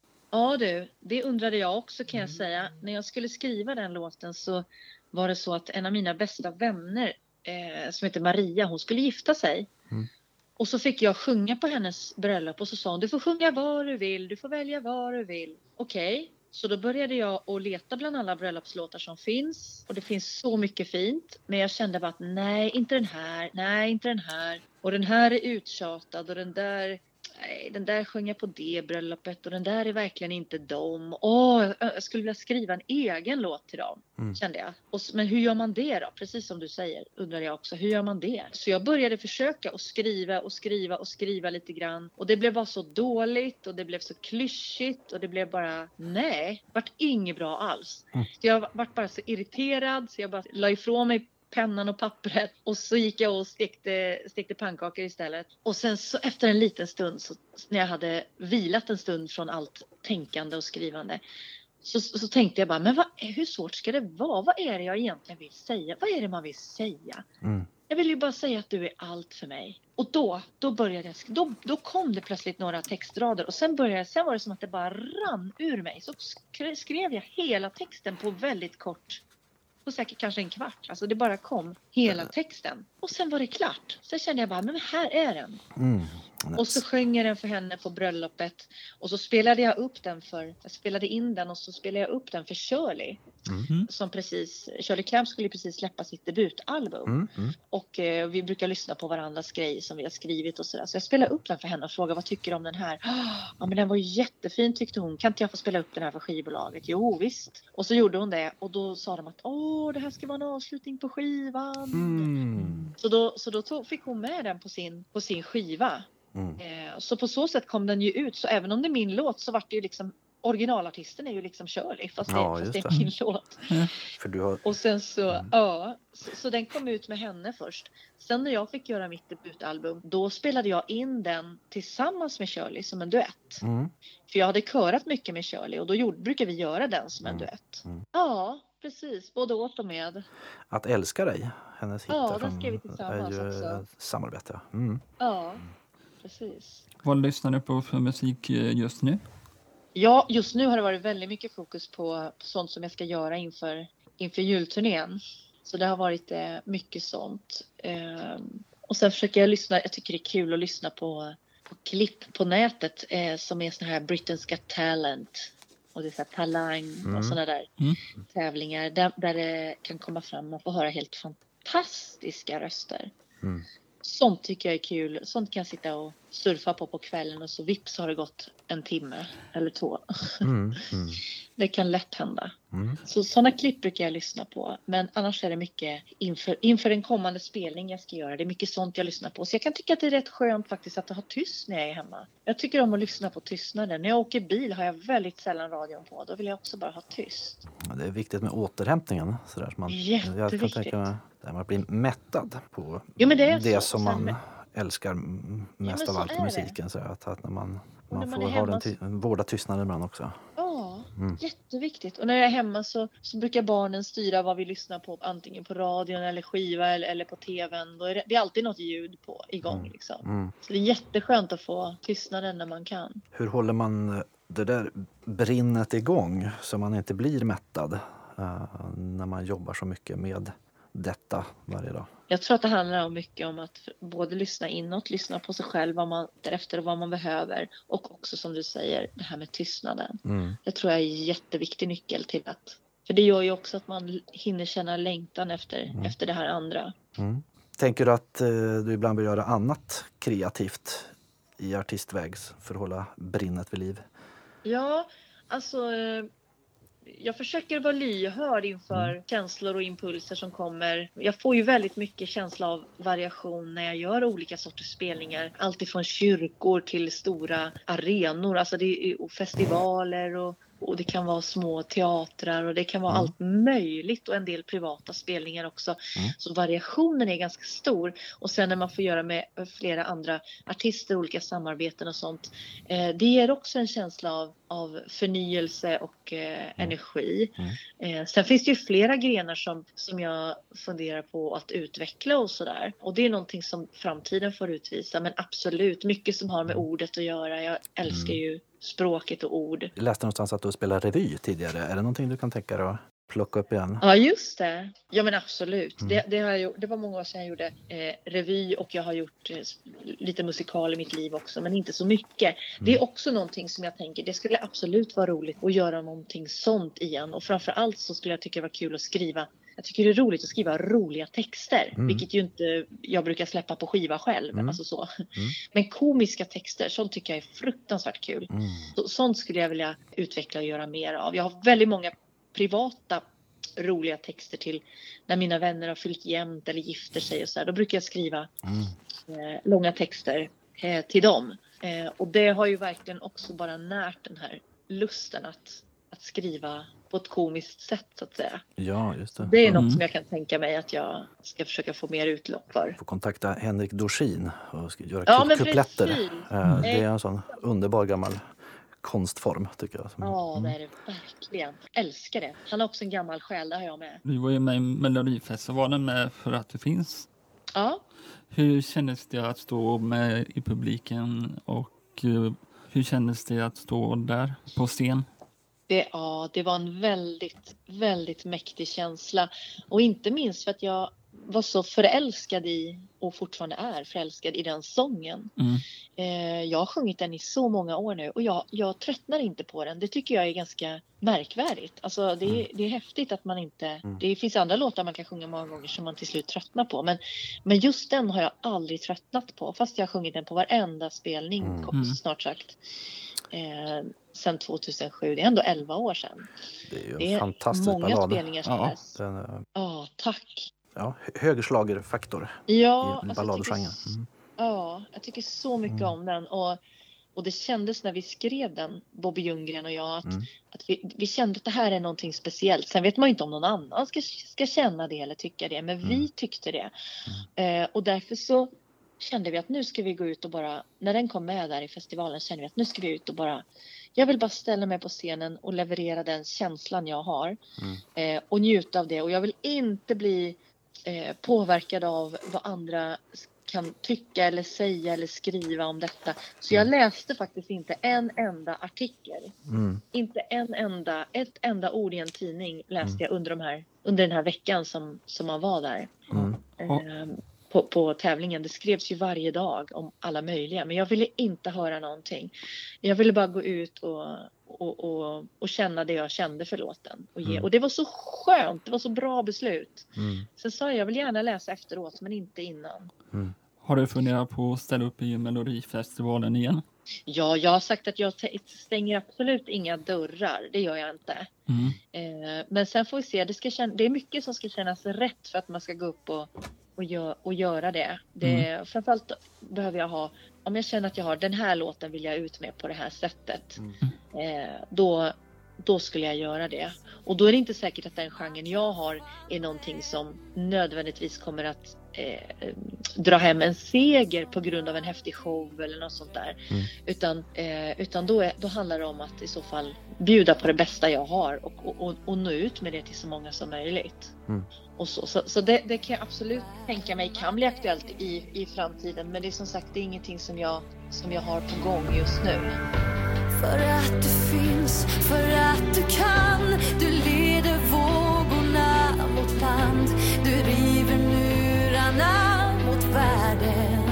Ja du, det undrade jag också kan jag säga. När jag skulle skriva den låten så var det så att en av mina bästa vänner eh, som heter Maria, hon skulle gifta sig. Mm. Och så fick jag sjunga på hennes bröllop och så sa hon, du får sjunga vad du vill, du får välja vad du vill. Okej, okay. Så då började jag att leta bland alla bröllopslåtar som finns. Och det finns så mycket fint. Men jag kände bara att nej, inte den här, nej, inte den här. Och den här är uttjatad och den där... Nej, den där sjöng jag på det bröllopet och den där är verkligen inte dem. Åh, jag skulle vilja skriva en egen låt till dem, mm. kände jag. Och, men hur gör man det då? Precis som du säger, undrar jag också. Hur gör man det? Så jag började försöka att skriva och skriva och skriva lite grann. Och det blev bara så dåligt och det blev så klyschigt och det blev bara, nej, det vart inget bra alls. Mm. Så jag vart bara så irriterad så jag bara la ifrån mig pennan och pappret och så gick jag och stekte, stekte pannkakor istället. Och sen så efter en liten stund så, när jag hade vilat en stund från allt tänkande och skrivande så, så tänkte jag bara, men vad, hur svårt ska det vara? Vad är det jag egentligen vill säga? Vad är det man vill säga? Mm. Jag vill ju bara säga att du är allt för mig. Och då, då började jag, då, då kom det plötsligt några textrader och sen började, sen var det som att det bara rann ur mig. Så skrev jag hela texten på väldigt kort och säkert kanske en kvart. Alltså det bara kom hela texten. Och sen var det klart. Sen kände jag bara, men här är den. Mm. Och så sjöng jag den för henne på bröllopet. Och så spelade jag upp den för... Jag spelade in den och så spelade jag upp den för Shirley. Mm. Som precis... Shirley Clamp skulle precis släppa sitt debutalbum. Mm. Mm. Och eh, vi brukar lyssna på varandras grejer som vi har skrivit och sådär. Så jag spelade upp den för henne och frågade, vad tycker du om den här? Ja, men den var jättefin tyckte hon. Kan inte jag få spela upp den här för skivbolaget? Jo, visst. Och så gjorde hon det. Och då sa de att, åh, det här ska vara en avslutning på skivan. Mm. Så då, så då tog, fick hon med den på sin, på sin skiva. Mm. Eh, så på så sätt kom den ju ut. Så även om det är min låt så var det ju liksom originalartisten är ju liksom Shirley fast, ja, det, fast det är min låt. Mm. För du har... Och sen så, mm. ja, så, så den kom ut med henne först. Sen när jag fick göra mitt debutalbum, då spelade jag in den tillsammans med Shirley som en duett. Mm. För jag hade körat mycket med Shirley och då gjorde, brukar vi göra den som en mm. duett. Mm. Ja, precis. Både åt och med. Att älska dig, hennes hit. Ja, den skrev vi tillsammans är ju också. Samarbete. Mm. Ja, precis. Vad lyssnar du på för musik just nu? Ja, just nu har det varit väldigt mycket fokus på, på sånt som jag ska göra inför, inför julturnén. Så det har varit eh, mycket sånt. Eh, och sen försöker jag lyssna, jag tycker det är kul att lyssna på, på klipp på nätet eh, som är såna här Britain's Got Talent. Och det är så här talang mm. och såna där mm. tävlingar där, där det kan komma fram och få höra helt fantastiska röster. Mm. Sånt tycker jag är kul. Sånt kan jag sitta och surfa på på kvällen och så vips har det gått en timme eller två. Mm, mm. Det kan lätt hända. Mm. Så sådana klipp brukar jag lyssna på. Men annars är det mycket inför, inför en kommande spelning jag ska göra. Det är mycket sånt jag lyssnar på. Så jag kan tycka att det är rätt skönt faktiskt att ha tyst när jag är hemma. Jag tycker om att lyssna på tystnaden. När jag åker bil har jag väldigt sällan radion på. Då vill jag också bara ha tyst. Ja, det är viktigt med återhämtningen. Så där, så man, jätteviktigt. Jag kan tänka mig att man blir mättad på jo, men det, är det så. som man Sen, älskar mest ja, av allt i musiken. Så att, att när man, man, när man får ha den ty- vårda tystnaden ibland också. Ja, Mm. Jätteviktigt. Och när jag är hemma så, så brukar barnen styra vad vi lyssnar på. Antingen på radion eller skiva eller, eller på tvn. Då är det, det är alltid något ljud på igång. Mm. Liksom. Mm. Så det är jätteskönt att få tystnaden när man kan. Hur håller man det där brinnet igång så man inte blir mättad uh, när man jobbar så mycket med detta varje dag? Jag tror att det handlar om mycket om att både lyssna inåt, lyssna på sig själv, vad man därefter vad man behöver. Och också som du säger, det här med tystnaden. Mm. Det tror jag är en jätteviktig nyckel till att... För det gör ju också att man hinner känna längtan efter, mm. efter det här andra. Mm. Tänker du att eh, du ibland vill göra annat kreativt i artistväg för att hålla brinnet vid liv? Ja, alltså... Eh, Jag försöker vara lyhörd inför mm. känslor och impulser som kommer. Jag får ju väldigt mycket känsla av variation när jag gör olika sorters spelningar. Allt ifrån kyrkor till stora arenor. Alltså det är och festivaler och, och det kan vara små teatrar och det kan vara mm. allt möjligt. Och en del privata spelningar också. Mm. Så variationen är ganska stor. Och sen när man får göra med flera andra artister, olika samarbeten och sånt. Eh, det ger också en känsla av, av förnyelse och eh, energi. Mm. Eh, sen finns det ju flera grenar som, som jag funderar på att utveckla och sådär. Och det är någonting som framtiden får utvisa. Men absolut, mycket som har med ordet att göra. Jag älskar mm. ju språket och ord. Jag läste någonstans att du spelade revy tidigare. Är det någonting du kan tänka dig att plocka upp igen? Ja, just det. Ja, men absolut. Mm. Det, det, har jag gjort. Det var många år sedan jag gjorde eh, revy och jag har gjort eh, lite musikal i mitt liv också, men inte så mycket. Mm. Det är också någonting som jag tänker, det skulle absolut vara roligt att göra någonting sånt igen. Och framförallt så skulle jag tycka det var kul att skriva. Jag tycker det är roligt att skriva roliga texter, mm. vilket ju inte jag brukar släppa på skiva själv. Mm. Alltså så. Mm. Men komiska texter, sånt tycker jag är fruktansvärt kul. Mm. Så, sånt skulle jag vilja utveckla och göra mer av. Jag har väldigt många privata roliga texter till när mina vänner har fyllt jämnt eller gifter sig och så här. Då brukar jag skriva mm. eh, långa texter eh, till dem. Eh, och det har ju verkligen också bara närt den här lusten att, att skriva på ett komiskt sätt så att säga. Ja, just det. Det är mm. något som jag kan tänka mig att jag ska försöka få mer utlopp för. Få kontakta Henrik Dorsin och göra ja, kuk- kupletter. Mm. Det är en sån underbar gammal konstform tycker jag. Ja, det är det verkligen. Jag älskar det. Han har också en gammal själ, det har jag med. Du var ju med i Melodifestivalen med För att du finns. Ja. Hur kändes det att stå med i publiken och hur kändes det att stå där på scen? Det, ja, det var en väldigt, väldigt mäktig känsla. Och inte minst för att jag var så förälskad i och fortfarande är förälskad i den sången. Mm. Eh, jag har sjungit den i så många år nu och jag, jag tröttnar inte på den. Det tycker jag är ganska märkvärdigt. Alltså det, mm. det är häftigt att man inte... Mm. Det finns andra låtar man kan sjunga många gånger som man till slut tröttnar på. Men, men just den har jag aldrig tröttnat på. Fast jag har sjungit den på varenda spelning mm. snart sagt. Eh, sen tvåtusensju, det är ändå elva år sedan. Det är ju en det är fantastisk många ballad. Spelningar sedan ja, dess. den, uh... Ja, tack. Ja, hög schlagerfaktor ja, i balladgenren. Mm. Ja, jag tycker så mycket mm. om den. Och, och det kändes när vi skrev den, Bobby Ljunggren och jag, att, mm. att vi, vi kände att det här är någonting speciellt. Sen vet man ju inte om någon annan ska, ska känna det eller tycka det, men mm. vi tyckte det. Mm. Eh, och därför så kände vi att nu ska vi gå ut och bara, när den kom med där i festivalen kände vi att nu ska vi ut och bara, jag vill bara ställa mig på scenen och leverera den känslan jag har mm. eh, och njuta av det. Och jag vill inte bli eh, påverkad av vad andra kan tycka eller säga eller skriva om detta. Så jag läste faktiskt inte en enda artikel. Mm. Inte en enda, ett enda ord i en tidning läste mm. jag under, de här, under den här veckan som, som man var där. Mm. Eh, På, på tävlingen. Det skrevs ju varje dag om alla möjliga. Men jag ville inte höra någonting. Jag ville bara gå ut och, och, och, och känna det jag kände för låten. Och, ge. Mm. och det var så skönt. Det var så bra beslut. Mm. Sen sa jag, jag vill gärna läsa efteråt men inte innan. Mm. Har du funderat på att ställa upp i Melodifestivalen igen? Ja, jag har sagt att jag stänger absolut inga dörrar. Det gör jag inte. Mm. Eh, men sen får vi se. Det, ska känna, det är mycket som ska kännas rätt för att man ska gå upp och Och, gör, och göra det. det mm. Framförallt behöver jag ha, om jag känner att jag har den här låten vill jag ut med på det här sättet. Mm. Eh, då, då skulle jag göra det. Och då är det inte säkert att den genren jag har är någonting som nödvändigtvis kommer att eh, dra hem en seger på grund av en häftig show eller något sånt där. Mm. Utan, eh, utan då, är, då handlar det om att i så fall bjuda på det bästa jag har och, och, och, och nå ut med det till så många som möjligt. Mm. Och så så, så det, det kan jag absolut tänka mig kan bli aktuellt i, i framtiden. Men det är som sagt det är ingenting som jag, som jag har på gång just nu. För att du finns, för att du kan. Du leder vågorna mot land. Du river murarna mot världen.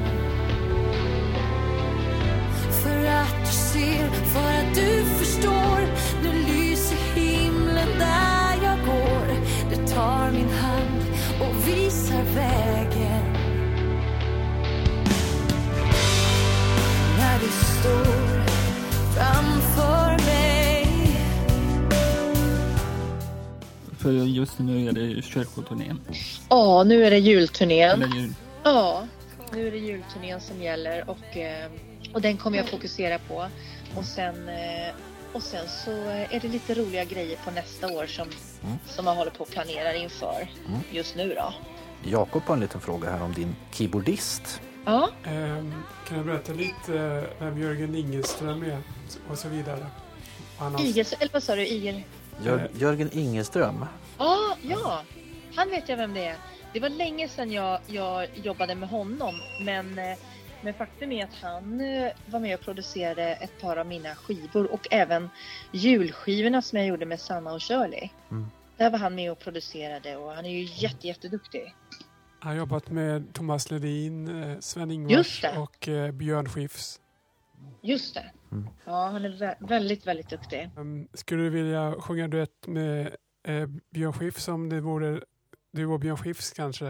För att du ser, för att du förstår. Nu lyser himlen där jag går. Du tar min hand och visar vägen. När du står framför mig. För just nu är det kyrkoturnén. Ja, nu är det julturnén. Eller jul. Ja, nu är det julturnén som gäller och, och den kommer jag fokusera på. Och sen, och sen så är det lite roliga grejer på nästa år som, mm. som man håller på att planera inför mm. just nu då. Jakob har en liten fråga här om din keyboardist. Ja. Um, kan jag berätta lite vem Jörgen Ingeström är och så vidare? Igers, eller vad sa du? Iger? Jör, Jörgen Ingeström? Ah, ja, han vet jag vem det är. Det var länge sedan jag, jag jobbade med honom. Men, men faktum är att han var med och producerade ett par av mina skivor. Och även julskivorna som jag gjorde med Sanna och Shirley. Mm. Där var han med och producerade och han är ju jätte, jätteduktig. Jag har jobbat med Thomas Ledin, Sven Ingvars och eh, Björn Skifs. Just det. Mm. Ja, han är vä- väldigt, väldigt duktig. Um, skulle du vilja sjunga duett med eh, Björn Skifs om det vore du och Björn Skifs kanske?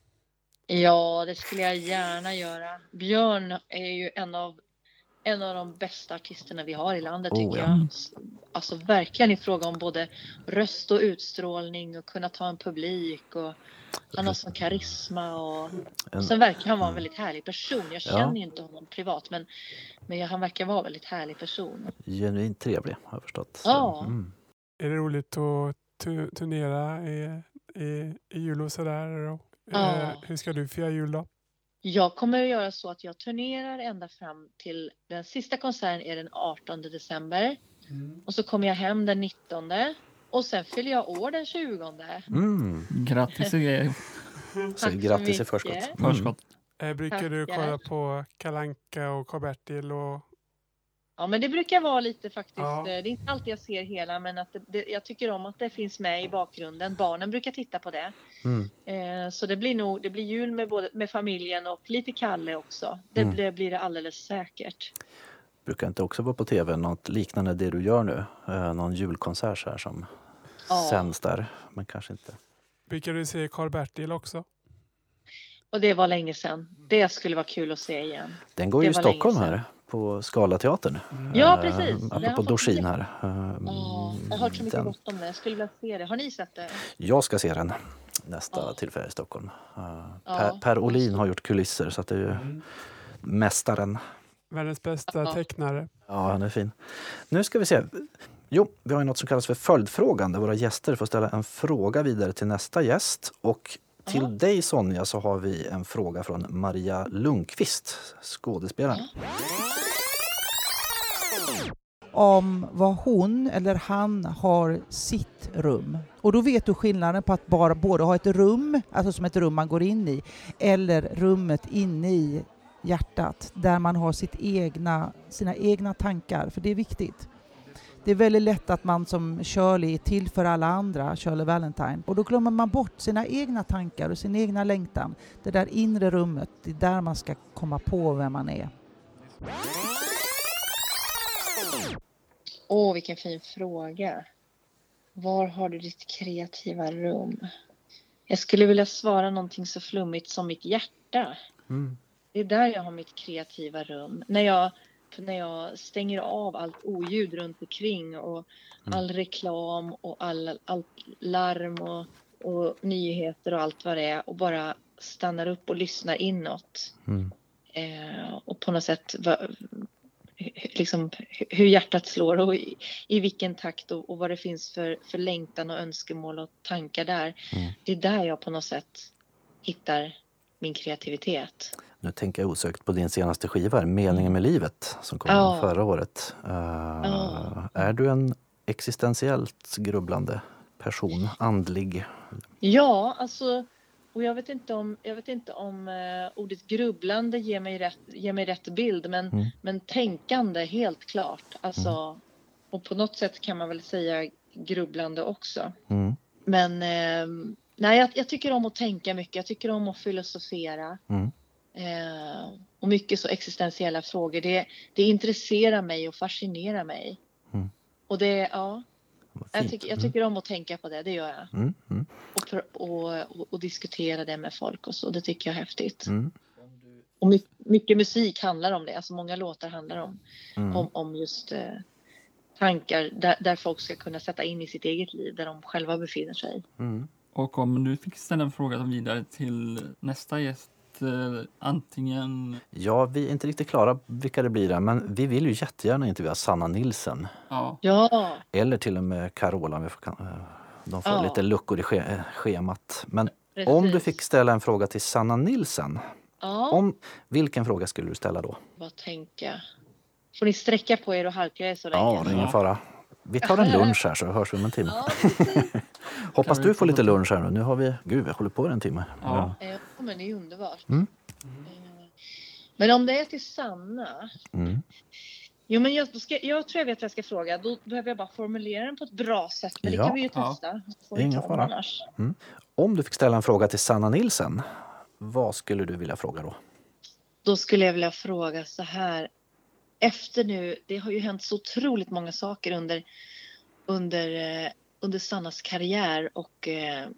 Ja, det skulle jag gärna göra. Björn är ju en av, en av de bästa artisterna vi har i landet tycker oh, ja. jag. Alltså verkligen i fråga om både röst och utstrålning och kunna ta en publik och han har sån karisma och, och sen verkar han vara en väldigt härlig person. Jag känner ja. ju inte honom privat men, men han verkar vara en väldigt härlig person. Genuint trevlig har jag förstått. Ja. Mm. Är det roligt att tu- turnera i, i, i jul och sådär? Och, ja. eh, hur ska du fira jul då? Jag kommer att göra så att jag turnerar ända fram till den sista konserten är den artonde december. Mm. Och så kommer jag hem den nittonde. Och sen fyller jag år den tjugonde. Mm. Grattis i så grattis i förskott. Mm. förskott. Äh, brukar Tack, du kolla på Kalanka och Karl-Bertil? Och... Ja, men det brukar vara lite faktiskt. Ja. Det är inte alltid jag ser hela, men att det, det, jag tycker om att det finns med i bakgrunden. Barnen brukar titta på det. Mm. Eh, så det blir nog, det blir jul med, både, med familjen och lite Kalle också. Det, mm. det blir det alldeles säkert. Brukar inte också vara på tv något liknande det du gör nu? Eh, någon julkonsert här som ja. sänds där, men kanske inte. Brukar du se Karl-Bertil också? Och det var länge sedan. Det skulle vara kul att se igen. Den går det ju i Stockholm här på Scalateatern. Ja, precis. Uh, apropå Dorsin här. Uh, ja, jag har hört så mycket den... gott om det. Jag skulle vilja se det. Har ni sett det? Jag ska se den nästa ja. tillfälle i Stockholm. Uh, ja. Per, per Olin har gjort kulisser så att det är ju mm. mästaren. Världens bästa ja. tecknare. Ja, han är fin. Nu ska vi se. Jo, vi har ju något som kallas för följdfrågan där våra gäster får ställa en fråga vidare till nästa gäst. Och till Aha. dig Sonja så har vi en fråga från Maria Lundqvist, skådespelaren. Om vad hon eller han har sitt rum. Och då vet du skillnaden på att bara både ha ett rum, alltså som ett rum man går in i, eller rummet inne i hjärtat där man har sitt egna, sina egna tankar, för det är viktigt. Det är väldigt lätt att man som Shirley är till för alla andra, Shirley Valentine. Och då glömmer man bort sina egna tankar och sin egna längtan. Det där inre rummet, det är där man ska komma på vem man är. Åh, vilken fin fråga. Var har du ditt kreativa rum? Jag skulle vilja svara någonting så flummigt som mitt hjärta. Mm. Det är där jag har mitt kreativa rum. När jag... För när jag stänger av allt oljud runt omkring och mm. all reklam och all, allt larm och, och nyheter och allt vad det är och bara stannar upp och lyssnar inåt. Mm. Eh, och på något sätt va, liksom, hur hjärtat slår och i, i vilken takt och, och vad det finns för, för längtan och önskemål och tankar där. Mm. Det är där jag på något sätt hittar min kreativitet. Nu tänker jag osökt på din senaste skiva, Meningen med livet, som kom ja. förra året. Uh, ja. Är du en existentiellt grubblande person, andlig? Ja, alltså, och jag vet inte om, jag vet inte om uh, ordet grubblande ger mig rätt, ger mig rätt bild, men, mm. men tänkande helt klart. Alltså, mm. Och på något sätt kan man väl säga grubblande också. Mm. Men uh, nej, jag, jag tycker om att tänka mycket, jag tycker om att filosofera. Mm. Uh, och mycket så existentiella frågor. Det, det intresserar mig och fascinerar mig. Mm. Och det, ja... Jag tycker, jag tycker om att tänka på det, det gör jag. Mm, mm. Och, och, och, och diskutera det med folk och så, det tycker jag är häftigt. Mm. Och mycket, mycket musik handlar om det, alltså många låtar handlar om, mm. om, om just eh, tankar där, där folk ska kunna sätta in i sitt eget liv, där de själva befinner sig. Mm. Och om du fick ställa en fråga vidare till nästa gäst, eh, antingen... Ja, vi är inte riktigt klara vilka det blir där, men vi vill ju jättegärna intervjua Sanna Nilsson. Ja. Ja. Eller till och med Carola. Vi får, de får ja. lite luckor i sch- schemat. Men precis. Om du fick ställa en fråga till Sanna Nilsson, ja. om, vilken fråga skulle du ställa då? Vad tänker Får ni sträcka på er och halka er så länge? Ja, det är ingen fara. Vi tar en lunch här så hörs vi om en timme. Ja, hoppas du får lite lunch här nu. Nu har vi, gud vi håller på en timme. Ja, ja. ja men det är underbart. Mm. Mm. Men om det är till Sanna. Mm. Jo, men jag, ska, jag tror jag vet vad jag ska fråga. Då behöver jag bara formulera den på ett bra sätt. Men ja. det kan vi ju testa. Ja. Ingen fara. Mm. Om du fick ställa en fråga till Sanna Nilsson, vad skulle du vilja fråga då? Då skulle jag vilja fråga så här. Efter nu, det har ju hänt så otroligt många saker under, under, eh, under Sannas karriär och, eh,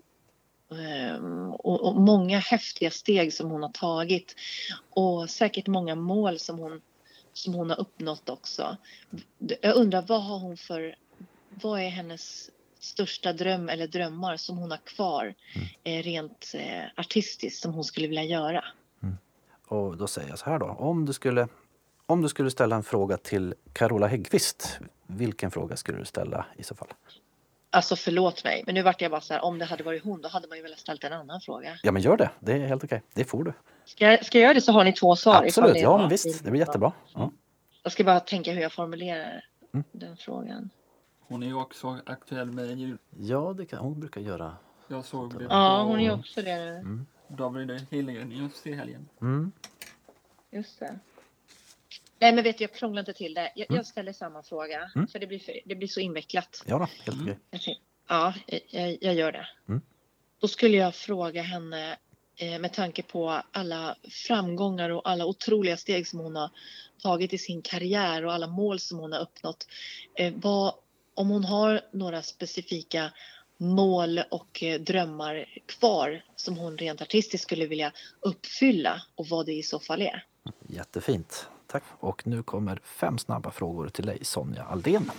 och, och många häftiga steg som hon har tagit och säkert många mål som hon, som hon har uppnått också. Jag undrar, vad har hon för, vad är hennes största dröm eller drömmar som hon har kvar mm. eh, rent eh, artistiskt som hon skulle vilja göra? Mm. Och då säger jag så här då, om du skulle Om du skulle ställa en fråga till Carola Häggkvist, vilken fråga skulle du ställa i så fall? Alltså förlåt mig, men nu vart jag bara så här, om det hade varit hon, då hade man ju väl ställt en annan fråga. Ja, men gör det. Det är helt okej. Det får du. Ska jag, ska jag göra det så har ni två svar? Absolut, ja men visst. Det blir jättebra. Ja. Jag ska bara tänka hur jag formulerar mm. den frågan. Hon är ju också aktuell med jul. Ja, det kan hon brukar göra. Jag såg det. Ja, hon är ju också det. Mm. David Hillgren just i helgen. Mm. Just det. Nej, men vet du, jag krånglar inte till det. Jag, mm. jag ställer samma fråga. Mm. För det blir, för det blir så invecklat. Ja då, helt mm. okej. Ja, jag, jag gör det. Mm. Då skulle jag fråga henne eh, med tanke på alla framgångar och alla otroliga steg som hon har tagit i sin karriär och alla mål som hon har uppnått. Eh, vad, om hon har några specifika mål och eh, drömmar kvar som hon rent artistiskt skulle vilja uppfylla och vad det i så fall är. Jättefint. Tack. Och nu kommer fem snabba frågor till dig, Sonja Aldén.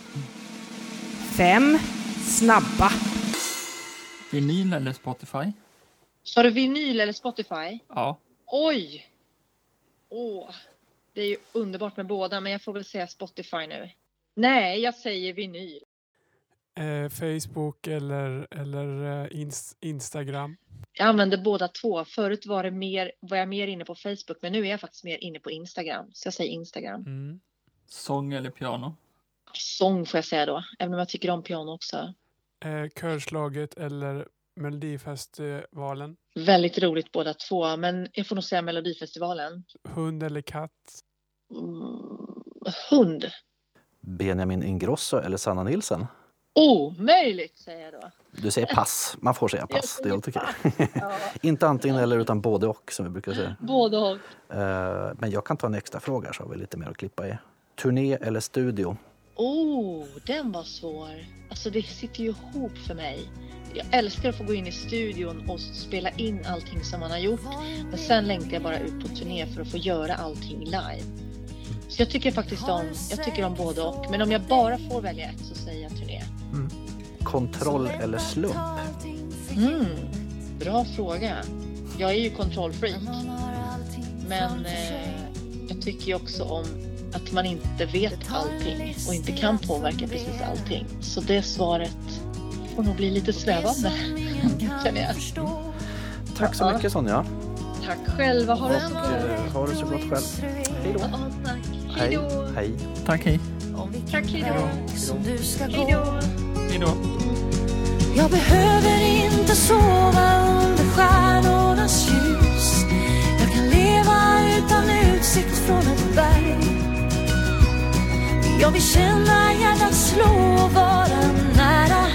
Fem snabba. Vinyl eller Spotify? Sa du vinyl eller Spotify? Ja. Oj! Åh, det är ju underbart med båda, men jag får väl säga Spotify nu. Nej, jag säger vinyl. Eh, Facebook eller, eller eh, ins- Instagram? Jag använder båda två. Förut var, det mer, var jag mer inne på Facebook, men nu är jag faktiskt mer inne på Instagram. Så jag säger Instagram. Mm. Sång eller piano? Sång får jag säga då, även om jag tycker om piano också. Eh, körslaget eller Melodifestivalen? Väldigt roligt båda två, men jag får nog säga Melodifestivalen. Hund eller katt? Mm, hund. Benjamin Ingrosso eller Sanna Nilsson? Omöjligt, säger jag då. Du säger pass. Man får säga pass. Det är helt okej. Ja. Inte antingen eller utan både och, som vi brukar säga. Både och. Uh, men jag kan ta en extra fråga så har vi lite mer att klippa i. Turné eller studio? Oh, den var svår. Alltså det sitter ju ihop för mig. Jag älskar att få gå in i studion och spela in allting som man har gjort. Men sen längtar jag bara ut på turné för att få göra allting live. Så jag tycker faktiskt om, jag tycker om både och. Men om jag bara får välja ett så säger jag turné. Mm. Kontroll eller slump? Mm, bra fråga. Jag är ju kontrollfreak. Men eh, jag tycker ju också om att man inte vet allting och inte kan påverka precis allting. Så det svaret får nog bli lite svävande, känner jag. Tack så mycket, Sonja. Tack själva, ha det så Och bra. eh, ha det så gott själv. Hej då. Ja, tack. Hej. Hej då. Hej. Tack, hej. Tack, hej då. Som du ska Hej gå. då. Hej då. Jag behöver inte sova under stjärnornas ljus. Jag kan leva utan utsikt från ett berg. Jag vill känna hjärtat slå och vara nära